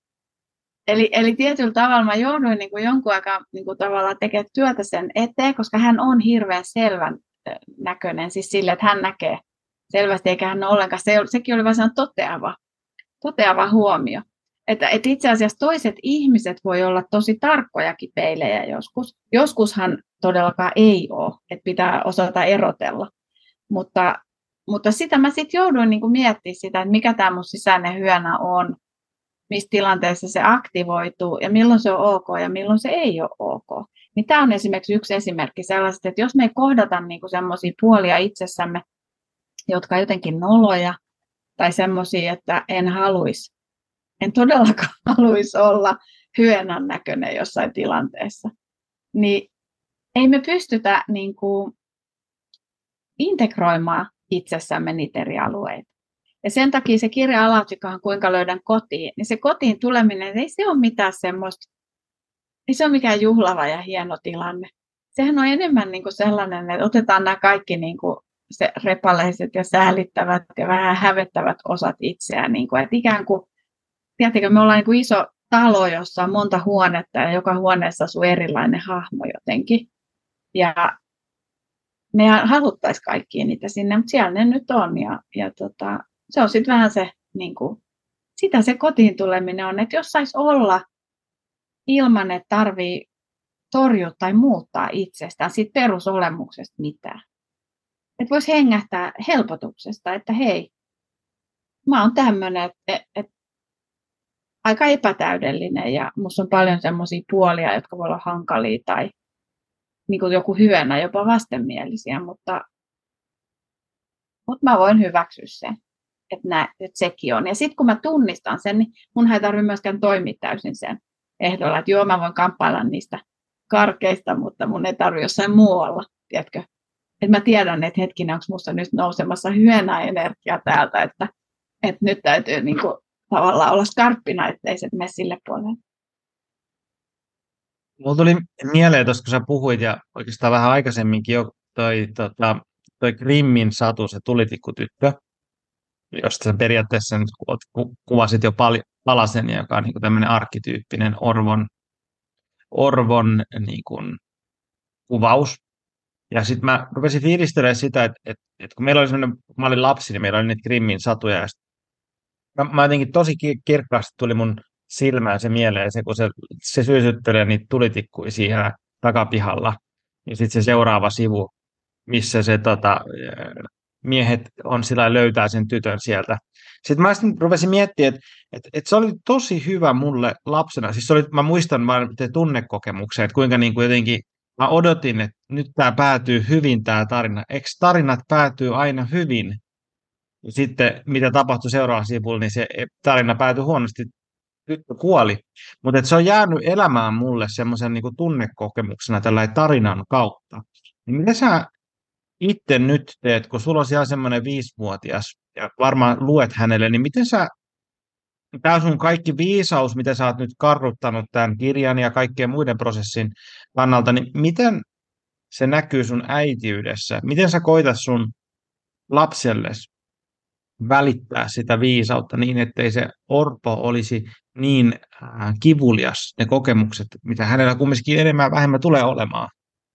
Eli tietyllä tavalla mä jouduin niin kuin jonkun aikaa niin kuin tavallaan tekemään työtä sen eteen, koska hän on hirveän selvän näköinen. Siis sille, että hän näkee selvästi, eikä hän ole ollenkaan. Sekin oli vaan toteava huomio. Että itse asiassa toiset ihmiset voi olla tosi tarkkojakin peilejä joskus. Joskushan todellakaan ei ole, että pitää osata erotella. Mutta sitä mä sitten jouduin niin kuin miettimään sitä, että mikä tämä mun sisäinen hyönä on, missä tilanteessa se aktivoituu ja milloin se on ok ja milloin se ei ole ok. Niin tämä on esimerkiksi yksi esimerkki sellaisesta, että jos me ei kohdata niin kuin semmoisia puolia itsessämme, jotka on jotenkin noloja tai semmoisia, että en todellakaan haluaisi olla hyönän näköinen jossain tilanteessa, niin ei me pystytä niin kuin integroimaan itsessämme niitä eri alueita. Ja sen takia se kirja alaotsikohan Kuinka löydän kotiin, niin se kotiin tuleminen, ei se ole mitään semmoista, ei se ole mikään juhlava ja hieno tilanne. Sehän on enemmän niin kuin sellainen, että otetaan nämä kaikki niin kuin se repaleiset ja säälittävät ja vähän hävettävät osat itseään. Niin kuin, että ikään kuin, tiedättekö, me ollaan niin kuin iso talo, jossa on monta huonetta ja joka huoneessa asuu erilainen hahmo jotenkin. Ja me haluttaisiin kaikkia niitä sinne, mutta siellä ne nyt on. Ja se on sitten vähän se, niin kuin, sitä se kotiin tuleminen on, että jos saisi olla ilman, että tarvii torjua tai muuttaa itsestään, siitä perusolemuksesta mitään. Että voisi hengähtää helpotuksesta, että hei, mä oon tämmöinen, että aika epätäydellinen ja musta on paljon semmoisia puolia, jotka voi olla hankalia tai niin kuin joku hyönä, jopa vastenmielisiä, mutta mä voin hyväksyä sen, että sekin on. Ja sitten kun mä tunnistan sen, niin mun ei tarvitse myöskään toimia täysin sen ehdolla, että joo, mä voin kamppailla niistä karkeista, mutta mun ei tarvitse jossain muualla, tiedätkö? Että mä tiedän, että hetkinen, onko musta nyt nousemassa hyönä-energia täältä, että nyt täytyy niin kuin tavallaan olla skarppina, ettei se mene sille puolelle. Mulla tuli mieleen tuossa, kun sä puhuit, ja oikeastaan vähän aikaisemminkin jo toi Grimmin satu, se tulitikkutyttö, josta sä periaatteessa nyt kuvasit jo Palasen, joka on niin kuin tämmöinen arkkityyppinen Orvon niin kuin kuvaus. Ja sitten mä rupesin fiilistelemään sitä, että kun meillä oli semmoinen, kun mä olin lapsi, niin meillä oli niitä Grimmin satuja. Ja mä jotenkin tosi kirkkaasti tuli mun silmään se mieleen, se, kun se sytyttelee niitä tulitikkuja siinä takapihalla. Ja sitten se seuraava sivu, missä se miehet on sillä löytää sen tytön sieltä. Sitten mä rupesin miettimään, että se oli tosi hyvä mulle lapsena. Siis mä muistan vaan tunnekokemuksen, että kuinka niin kuin jotenkin mä odotin, että nyt tämä päätyy hyvin tämä tarina. Eikö tarinat päätyy aina hyvin? Ja sitten mitä tapahtui seuraavalla sivulla, niin se tarina päätyi huonosti, tyttö kuoli. Mutta se on jäänyt elämään mulle semmoisen niin tunnekokemuksena tällä tarinan kautta. Niin mitä sä itse nyt teet, kun sulla on siellä semmoinen 5-vuotias ja varmaan luet hänelle, niin miten tämä sun kaikki viisaus, mitä sä oot nyt karruttanut tämän kirjan ja kaikkien muiden prosessin kannalta, niin miten se näkyy sun äitiydessä? Miten sä koitat sun lapselle välittää sitä viisautta niin, ettei se orpo olisi niin kivulias ne kokemukset, mitä hänellä kumminkin enemmän ja vähemmän tulee olemaan?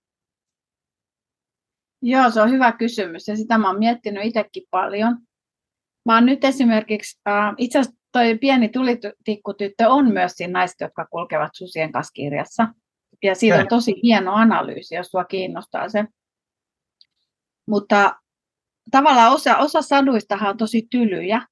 Joo, se on hyvä kysymys ja sitä mä oon miettinyt itsekin paljon. Mä oon nyt esimerkiksi, itse asiassa toi pieni tulitikkutyttö on myös siinä Naiset, jotka kulkevat susien kanssa -kirjassa. Ja siitä on tosi hieno analyysi, jos sua kiinnostaa se. Mutta tavallaan osa saduistahan on tosi tylyjä.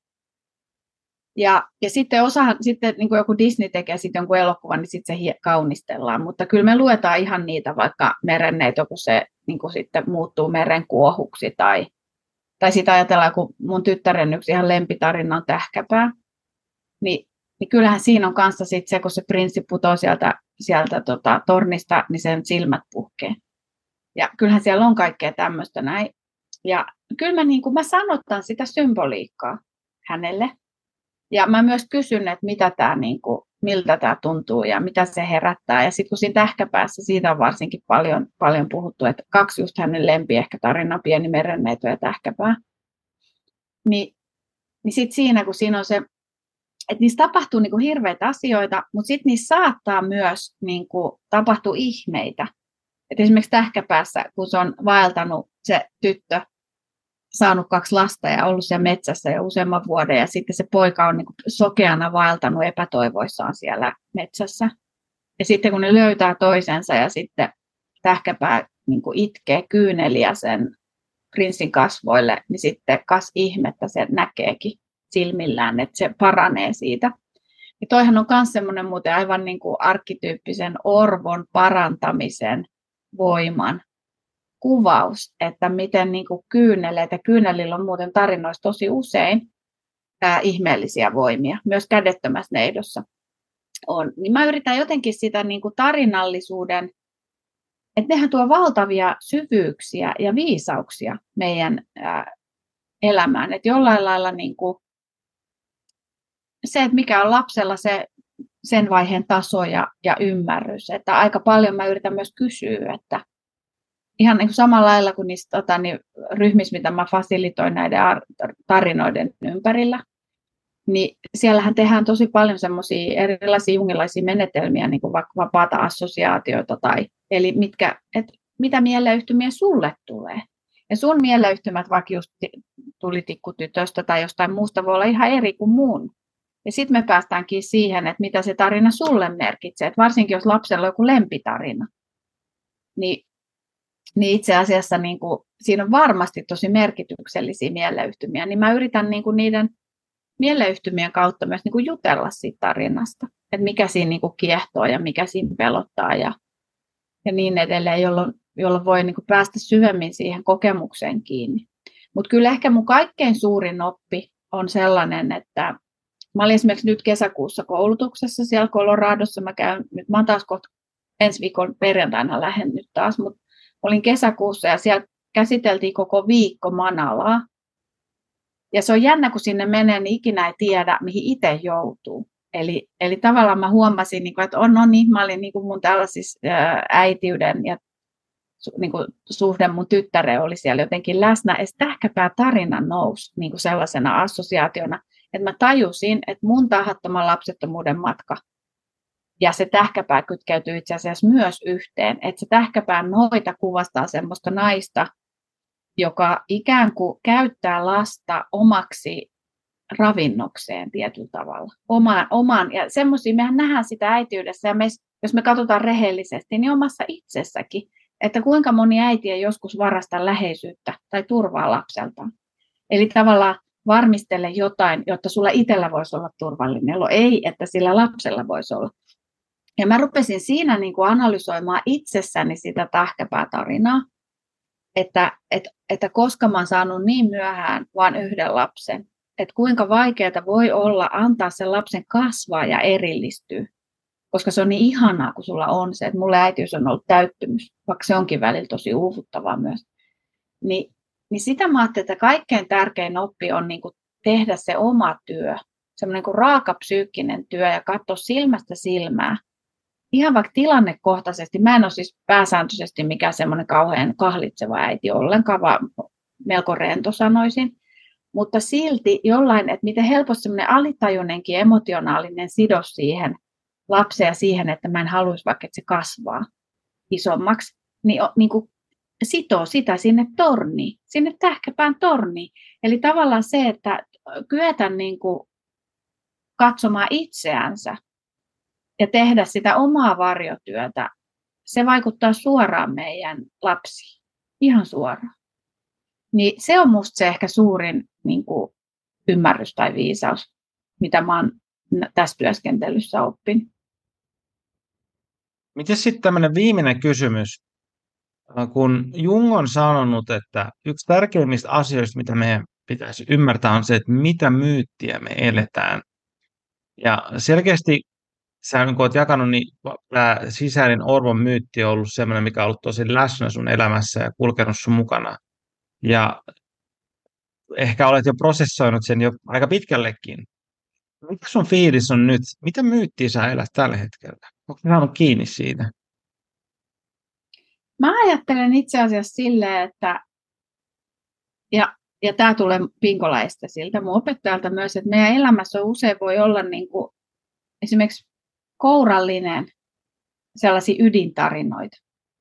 Ja sitten niin kuin joku Disney tekee sitten jonkun elokuvan, niin sitten se kaunistellaan. Mutta kyllä me luetaan ihan niitä, vaikka merenneito, kun se niin kuin sitten muuttuu merenkuohuksi. Tai sitä ajatellaan, kun mun tyttären yksi ihan lempitarina on Tähkäpää. Niin kyllähän siinä on kanssa sit se, kun se prinssi putoo sieltä tornista, niin sen silmät puhkee. Ja kyllähän siellä on kaikkea tämmöistä näin. Ja kyllä mä sanotan sitä symboliikkaa hänelle. Ja mä myös kysyn, että miltä tämä tuntuu ja mitä se herättää. Ja sitten kun siinä Tähkäpäässä, siitä on varsinkin paljon puhuttu, että 2 just hänen lempi ehkä tarina, Pieni merenneito ja Tähkäpää. Niin sitten siinä, kun siinä on se, että niissä tapahtuu niin kuin hirveitä asioita, mutta sitten niissä saattaa myös niin kuin tapahtua ihmeitä. Et esimerkiksi Tähkäpäässä, kun se on vaeltanut se tyttö, saanut 2 lasta ja ollut siellä metsässä jo useamman vuoden, ja sitten se poika on niin kuin sokeana vaeltanut epätoivoissaan siellä metsässä. Ja sitten kun ne löytää toisensa ja sitten Tähkäpää niin kuin itkee kyyneliä sen prinssin kasvoille, niin sitten kas ihmettä se näkeekin silmillään, että se paranee siitä. Ja toihan on myös semmoinen muuten aivan niin kuin arkkityyppisen orvon parantamisen voiman kuvaus, että miten niin kuin kyynelillä on muuten tarinoissa tosi usein ihmeellisiä voimia, myös Kädettömässä neidossa on. Niin mä yritän jotenkin sitä niin kuin tarinallisuuden, että nehän tuo valtavia syvyyksiä ja viisauksia meidän elämään, että jollain lailla niin kuin se, että mikä on lapsella sen vaiheen taso ja ymmärrys, että aika paljon mä yritän myös kysyä, että ihan niin kuin samalla lailla kuin niissä ryhmissä, mitä mä fasilitoin näiden tarinoiden ympärillä, niin siellähän tehdään tosi paljon semmoisia erilaisia jungilaisia menetelmiä, niin kuin vaikka vapaata assosiaatioita, eli mitä mieleyhtymiä sulle tulee. Ja sun mieleyhtymät vaikka just tulitikkutytöstä tai jostain muusta voi olla ihan eri kuin mun. Ja sitten me päästäänkin siihen, että mitä se tarina sulle merkitsee. Et varsinkin jos lapsella on joku lempitarina, niin itse asiassa niin kuin, siinä on varmasti tosi merkityksellisiä mieleyhtymiä. Niin mä yritän niin kuin niiden mieleyhtymien kautta myös niin kuin jutella siitä tarinasta. Että mikä siinä niin kuin kiehtoo ja mikä siinä pelottaa ja niin edelleen, jolloin voi niin kuin päästä syvemmin siihen kokemukseen kiinni. Mutta kyllä ehkä mun kaikkein suurin oppi on sellainen, että mä olin esimerkiksi nyt kesäkuussa koulutuksessa siellä Coloradossa. Mä oon taas kohta ensi viikon perjantaina lähden nyt taas, mutta olin kesäkuussa ja siellä käsiteltiin koko viikko manalaa. Ja se on jännä, kun sinne menee, niin ikinä ei tiedä, mihin itse joutuu. Eli tavallaan mä huomasin, että mä olin mun tällaisissa äitiyden ja suhde mun tyttäreen oli siellä jotenkin läsnä. Ja Tähkäpää tarina nousi sellaisena assosiaationa, että mä tajusin, että mun tahattoman lapsettomuuden matka ja se Tähkäpää kytkeytyy itse asiassa myös yhteen. Että se Tähkäpään noita kuvastaa semmoista naista, joka ikään kuin käyttää lasta omaksi ravinnokseen tietyllä tavalla. Oman, ja semmoisia, mehän nähdään sitä äitiydessä, ja jos me katsotaan rehellisesti, niin omassa itsessäkin, että kuinka moni äiti ei joskus varasta läheisyyttä tai turvaa lapseltaan. Eli tavallaan varmistele jotain, jotta sulla itsellä voisi olla turvallinen olo, ei, että sillä lapsella voisi olla. Ja mä rupesin siinä niin kuin analysoimaan itsessäni sitä tähkäpäätarinaa, että koska mä oon saanut niin myöhään vain yhden lapsen, että kuinka vaikeaa voi olla antaa sen lapsen kasvaa ja erillistyä, koska se on niin ihanaa, kun sulla on se, että mulle äitiys on ollut täyttymys, vaikka se onkin välillä tosi uuvuttavaa myös. Niin sitä mä ajattelin, että kaikkein tärkein oppi on niin kuin tehdä se oma työ, semmoinen niin kuin raaka psyykkinen työ ja katsoa silmästä silmää. Ihan vaikka tilannekohtaisesti, mä en ole siis pääsääntöisesti mikään semmoinen kauhean kahlitseva äiti ollenkaan, vaan melko rento sanoisin. Mutta silti jollain, että miten helposti semmoinen alitajuinenkin emotionaalinen sidos siihen lapseen ja siihen, että mä en haluaisi vaikka, että se kasvaa isommaksi, niin kuin sitoo sitä sinne torniin, sinne tähkäpään torniin. Eli tavallaan se, että kyetä niin kuin katsomaan itseänsä ja tehdä sitä omaa varjotyötä, se vaikuttaa suoraan meidän lapsiin, ihan suoraan. Niin se on musta se ehkä suurin niin kuin ymmärrys tai viisaus, mitä mä oon tässä työskentelyssä oppinut. Miten sitten tämmöinen viimeinen kysymys, kun Jung on sanonut, että yksi tärkeimmistä asioista, mitä meidän pitäisi ymmärtää, on se, että mitä myyttiä me eletään. Ja selkeästi sä kun oot jakanut, niin tämä sisäinen Orvon myytti on ollut sellainen, mikä on ollut tosi läsnä sun elämässä ja kulkenut sun mukana. Ja ehkä olet jo prosessoinut sen jo aika pitkällekin. Mikä sun fiilis on nyt? Mitä myyttiä sä elät tällä hetkellä? Onko sä saanut kiinni siitä? Mä ajattelen itse asiassa silleen, että, ja tämä tulee Pinkolaista siltä mun opettajalta myös, että meidän elämässä usein voi olla niin kuin esimerkiksi kourallinen sellaisia ydintarinoita.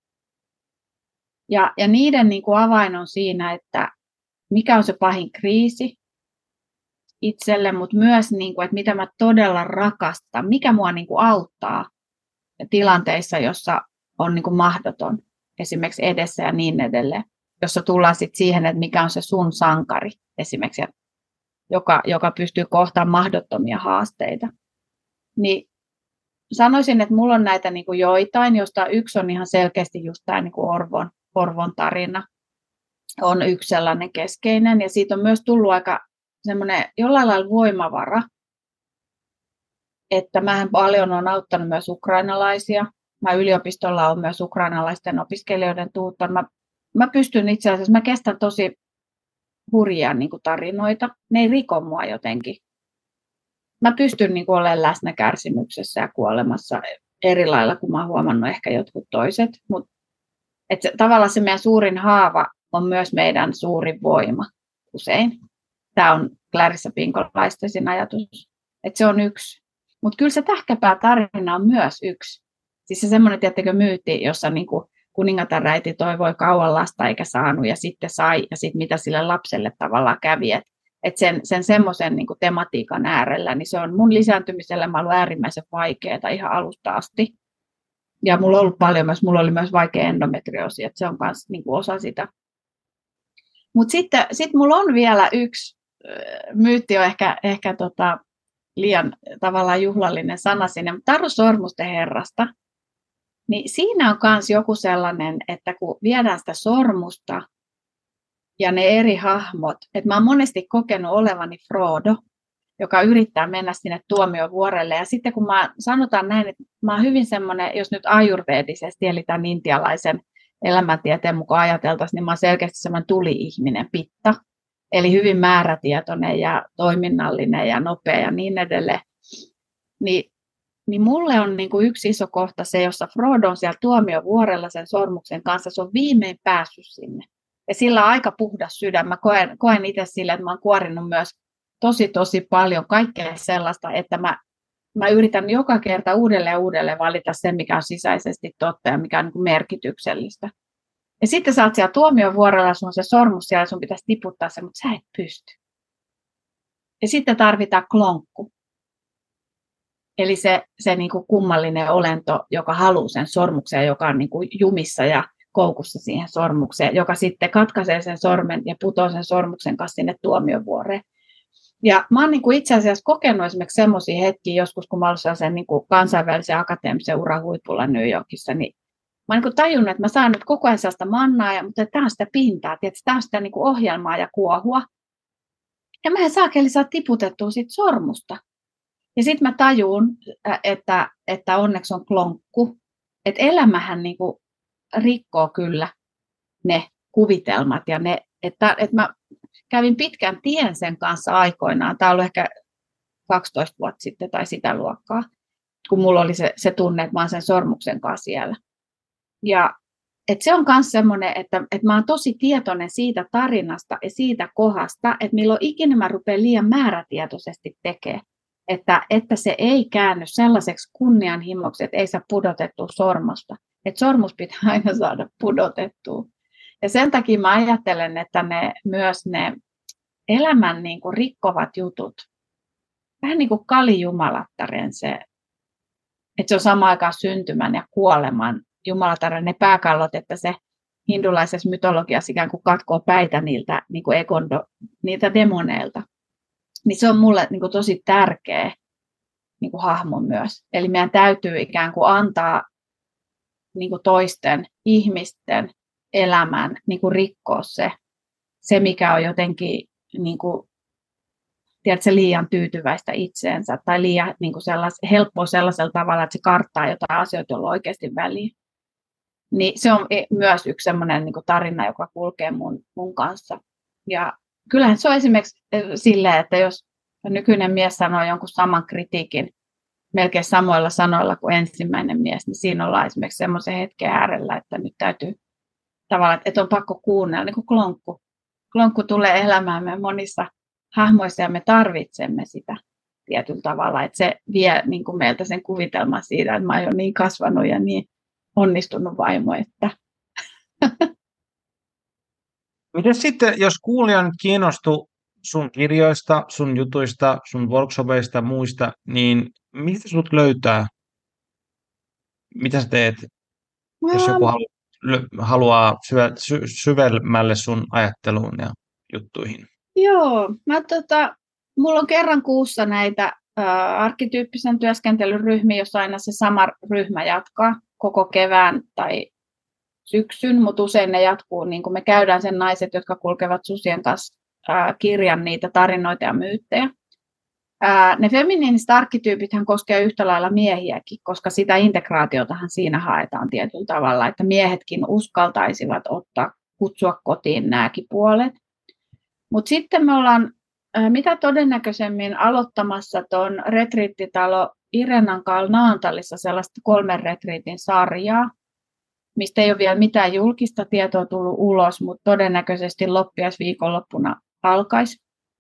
Ja niiden niin kuin avain on siinä, että mikä on se pahin kriisi itselle, mutta myös, niin kuin, että mitä mä todella rakastan, mikä mua niin kuin auttaa tilanteissa, jossa on niin kuin mahdoton esimerkiksi edessä ja niin edelleen, jossa tullaan sitten siihen, että mikä on se sun sankari esimerkiksi, joka pystyy kohtaamaan mahdottomia haasteita. Niin sanoisin, että mulla on näitä niin kuin joitain, joista yksi on ihan selkeästi just tämä niin kuin Orvon tarina, on yksi sellainen keskeinen, ja siitä on myös tullut aika semmoinen jollain lailla voimavara, että mähän paljon olen auttanut myös ukrainalaisia. Mä yliopistolla on myös ukrainalaisten opiskelijoiden tuuttanut. Mä pystyn itse asiassa, mä kestän tosi hurjia niin kuin tarinoita. Ne ei riko mua jotenkin. Mä pystyn niin kuin olemaan läsnä kärsimyksessä ja kuolemassa eri lailla kuin mä oon huomannut ehkä jotkut toiset. Mutta tavallaan se meidän suurin haava on myös meidän suurin voima usein. Tämä on Clarissa Pinkolaistesin ajatus, että se on yksi. Mutta kyllä se tähkäpäätarina on myös yksi. Siis se semmoinen, tiettekö, myytti, jossa niinku kuningatar äiti toivoi kauan lasta eikä saanut ja sitten sai, ja sitten mitä sille lapselle tavallaan kävi. Että sen semmoisen niinku tematiikan äärellä, niin se on mun lisääntymiselle mä ollut äärimmäisen vaikeaa ihan alusta asti. Ja mulla on ollut paljon myös, mulla oli myös vaikea endometrioosi, että se on myös niinku osa sitä. Mutta sitten mulla on vielä yksi myytti, on ehkä liian tavallaan juhlallinen sana sinne, mutta Taru Sormusten herrasta, niin siinä on myös joku sellainen, että kun viedään sitä sormusta ja ne eri hahmot, että mä oon monesti kokenut olevani Frodo, joka yrittää mennä sinne tuomiovuorelle, ja sitten kun sanotaan näin, että mä oon hyvin semmoinen, jos nyt ajurveedisesti, eli tämän intialaisen elämäntieteen mukaan ajateltaisiin, niin mä oon selkeästi semmoinen tuli-ihminen, pitta, eli hyvin määrätietoinen ja toiminnallinen ja nopea ja niin edelleen. Niin mulle on niin kuin yksi iso kohta se, jossa Frodo on siellä tuomiovuorella sen sormuksen kanssa, se on viimein päässyt sinne. Ja sillä on aika puhdas sydän. Mä koen itse sille, että mä oon kuorinut myös tosi paljon kaikkea sellaista, että mä yritän joka kerta uudelleen valita sen, mikä on sisäisesti totta ja mikä on niin kuin merkityksellistä. Ja sitten sä oot siellä tuomiovuorella, sun on se sormus siellä, sun pitäisi tiputtaa se, mutta sä et pysty. Ja sitten tarvitaan klonkku. Eli se niin kuin kummallinen olento, joka haluaa sen sormuksen, joka on niin kuin jumissa ja koukussa siihen sormukseen, joka sitten katkaisee sen sormen ja putoo sen sormuksen kanssa sinne tuomiovuoreen. Ja mä oon niin kuin itse asiassa kokenut esimerkiksi semmoisia hetkiä joskus, kun mä olen sellaisen niin kuin kansainvälisen akateemisen uran huipulla New Yorkissa, niin mä oon niin kuin tajunnut, että mä saan nyt koko ajan sellaista mannaa, mutta tämä on sitä pintaa, tämä on sitä niin kuin ohjelmaa ja kuohua. Ja mä en saakeli saa tiputettua siitä sormusta. Ja sitten mä tajun, että onneksi on klonkku, että elämähän niin kuin rikkoo kyllä ne kuvitelmat ja ne, että mä kävin pitkän tien sen kanssa aikoinaan. Tämä on ollut ehkä 12 vuotta sitten tai sitä luokkaa, kun mulla oli se tunne, että mä oon sen sormuksen kanssa siellä. Ja että se on myös semmoinen, että mä oon tosi tietoinen siitä tarinasta ja siitä kohdasta, että milloin ikinä mä rupean liian määrätietoisesti tekemään, että se ei käänny sellaiseksi kunnianhimoksi, että ei saa pudotettua sormusta. Että sormus pitää aina saada pudotettua. Ja sen takia mä ajattelen, että myös ne elämän niin kuin rikkovat jutut, vähän niin kuin Kali-jumalattaren se, että se on samaan aikaan syntymän ja kuoleman jumalattaren ne pääkallot, että se hindulaisessa mytologiassa ikään kuin katkoo päitä niiltä, niin kuin niiltä demoneilta. Niin se on mulle niin kuin tosi tärkeä niin kuin hahmo myös. Eli meidän täytyy ikään kuin antaa niin kuin toisten ihmisten elämän niin kuin rikkoa se, mikä on jotenkin niin kuin, tiedätkö, liian tyytyväistä itseensä tai liian niin kuin helppoa sellaisella tavalla, että se karttaa jotain asioita, joilla on oikeasti väliä. Niin se on myös yksi sellainen niin kuin tarina, joka kulkee mun kanssa. Ja kyllähän se on esimerkiksi silleen, että jos nykyinen mies sanoo jonkun saman kritiikin melkein samoilla sanoilla kuin ensimmäinen mies, niin siinä ollaan esimerkiksi semmoisen hetken äärellä, että nyt täytyy tavallaan, että on pakko kuunnella, niin kuin klonkku. Klonkku tulee elämäämme monissa hahmoissa ja me tarvitsemme sitä tietyllä tavalla, että se vie niin kuin meiltä sen kuvitelman siitä, että mä oon jo niin kasvanut ja niin onnistunut vaimo, että Miten sitten, jos kuulija nyt kiinnostui sun kirjoista, sun jutuista, sun workshopeista, muista, niin mistä sut löytää? Mitä sä teet, jos joku haluaa syvemmälle sun ajatteluun ja juttuihin? Joo, mulla on kerran kuussa näitä arkkityyppisen työskentelyn ryhmiä, jossa aina se sama ryhmä jatkaa koko kevään tai syksyn, mutta usein ne jatkuu, niin kuin me käydään sen naiset, jotka kulkevat susien kanssa kirjan niitä tarinoita ja myyttejä. Ne feminiiniset arkkityypithän koskee yhtä lailla miehiäkin, koska sitä integraatiotahan siinä haetaan tietyllä tavalla, että miehetkin uskaltaisivat kutsua kotiin nämäkin puolet. Mutta sitten me ollaan mitä todennäköisemmin aloittamassa tuon retriittitalo Irenan Naantalissa sellaista 3 retriitin sarjaa, mistä ei ole vielä mitään julkista tietoa tullut ulos, mutta todennäköisesti loppiaisviikonloppuna alkaisi,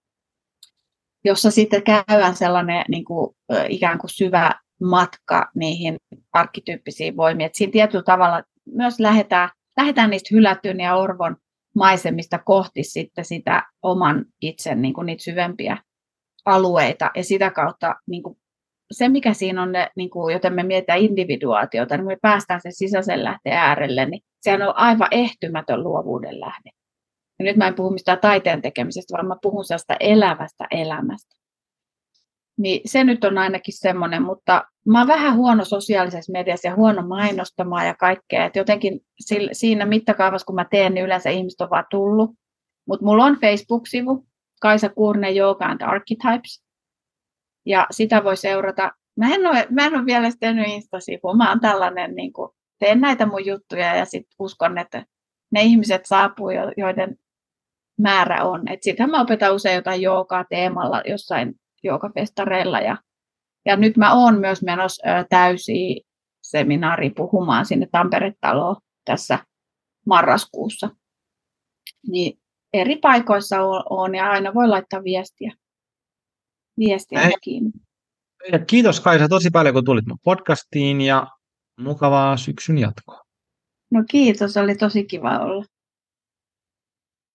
jossa sitten käydään sellainen niin kuin, ikään kuin syvä matka niihin arkkityyppisiin voimiin. Et siinä tietyllä tavalla myös lähdetään niistä hylätyn ja orvon maisemista kohti sitten sitä oman itsen niin kuin niitä syvempiä alueita. Ja sitä kautta niin kuin, se, mikä siinä on, niin kuin, joten me mietitään individuaatiota, niin me päästään sen sisäisen lähteen äärelle, niin sehän on aivan ehtymätön luovuuden lähde. Ja nyt mä en puhu mistään taiteen tekemisestä, vaan mä puhun sellaista elävästä elämästä. Niin se nyt on ainakin semmoinen, mutta mä oon vähän huono sosiaalisessa mediassa ja huono mainostamaan ja kaikkea. Et jotenkin siinä mittakaavassa, kun mä teen, niin yleensä ihmiset on vaan tullut. Mutta mulla on Facebook-sivu, Kaisa Kuurnen Yoga and Archetypes. Ja sitä voi seurata. Mä en ole vielä tehnyt Insta-sivua. Mä oon tällainen, niin kuin, teen näitä mun juttuja ja sitten uskon, että ne ihmiset saapuu, joiden määrä on. Sitten mä opetan usein jotain joogaa teemalla jossain joogafestareilla. Ja nyt mä oon myös menossa täysiä seminaariin puhumaan sinne Tampere-taloon tässä marraskuussa. Niin eri paikoissa on ja aina voi laittaa viestiä kiinni. Ja kiitos Kaisa tosi paljon, kun tulit mun podcastiin ja mukavaa syksyn jatkoa. No kiitos, oli tosi kiva olla.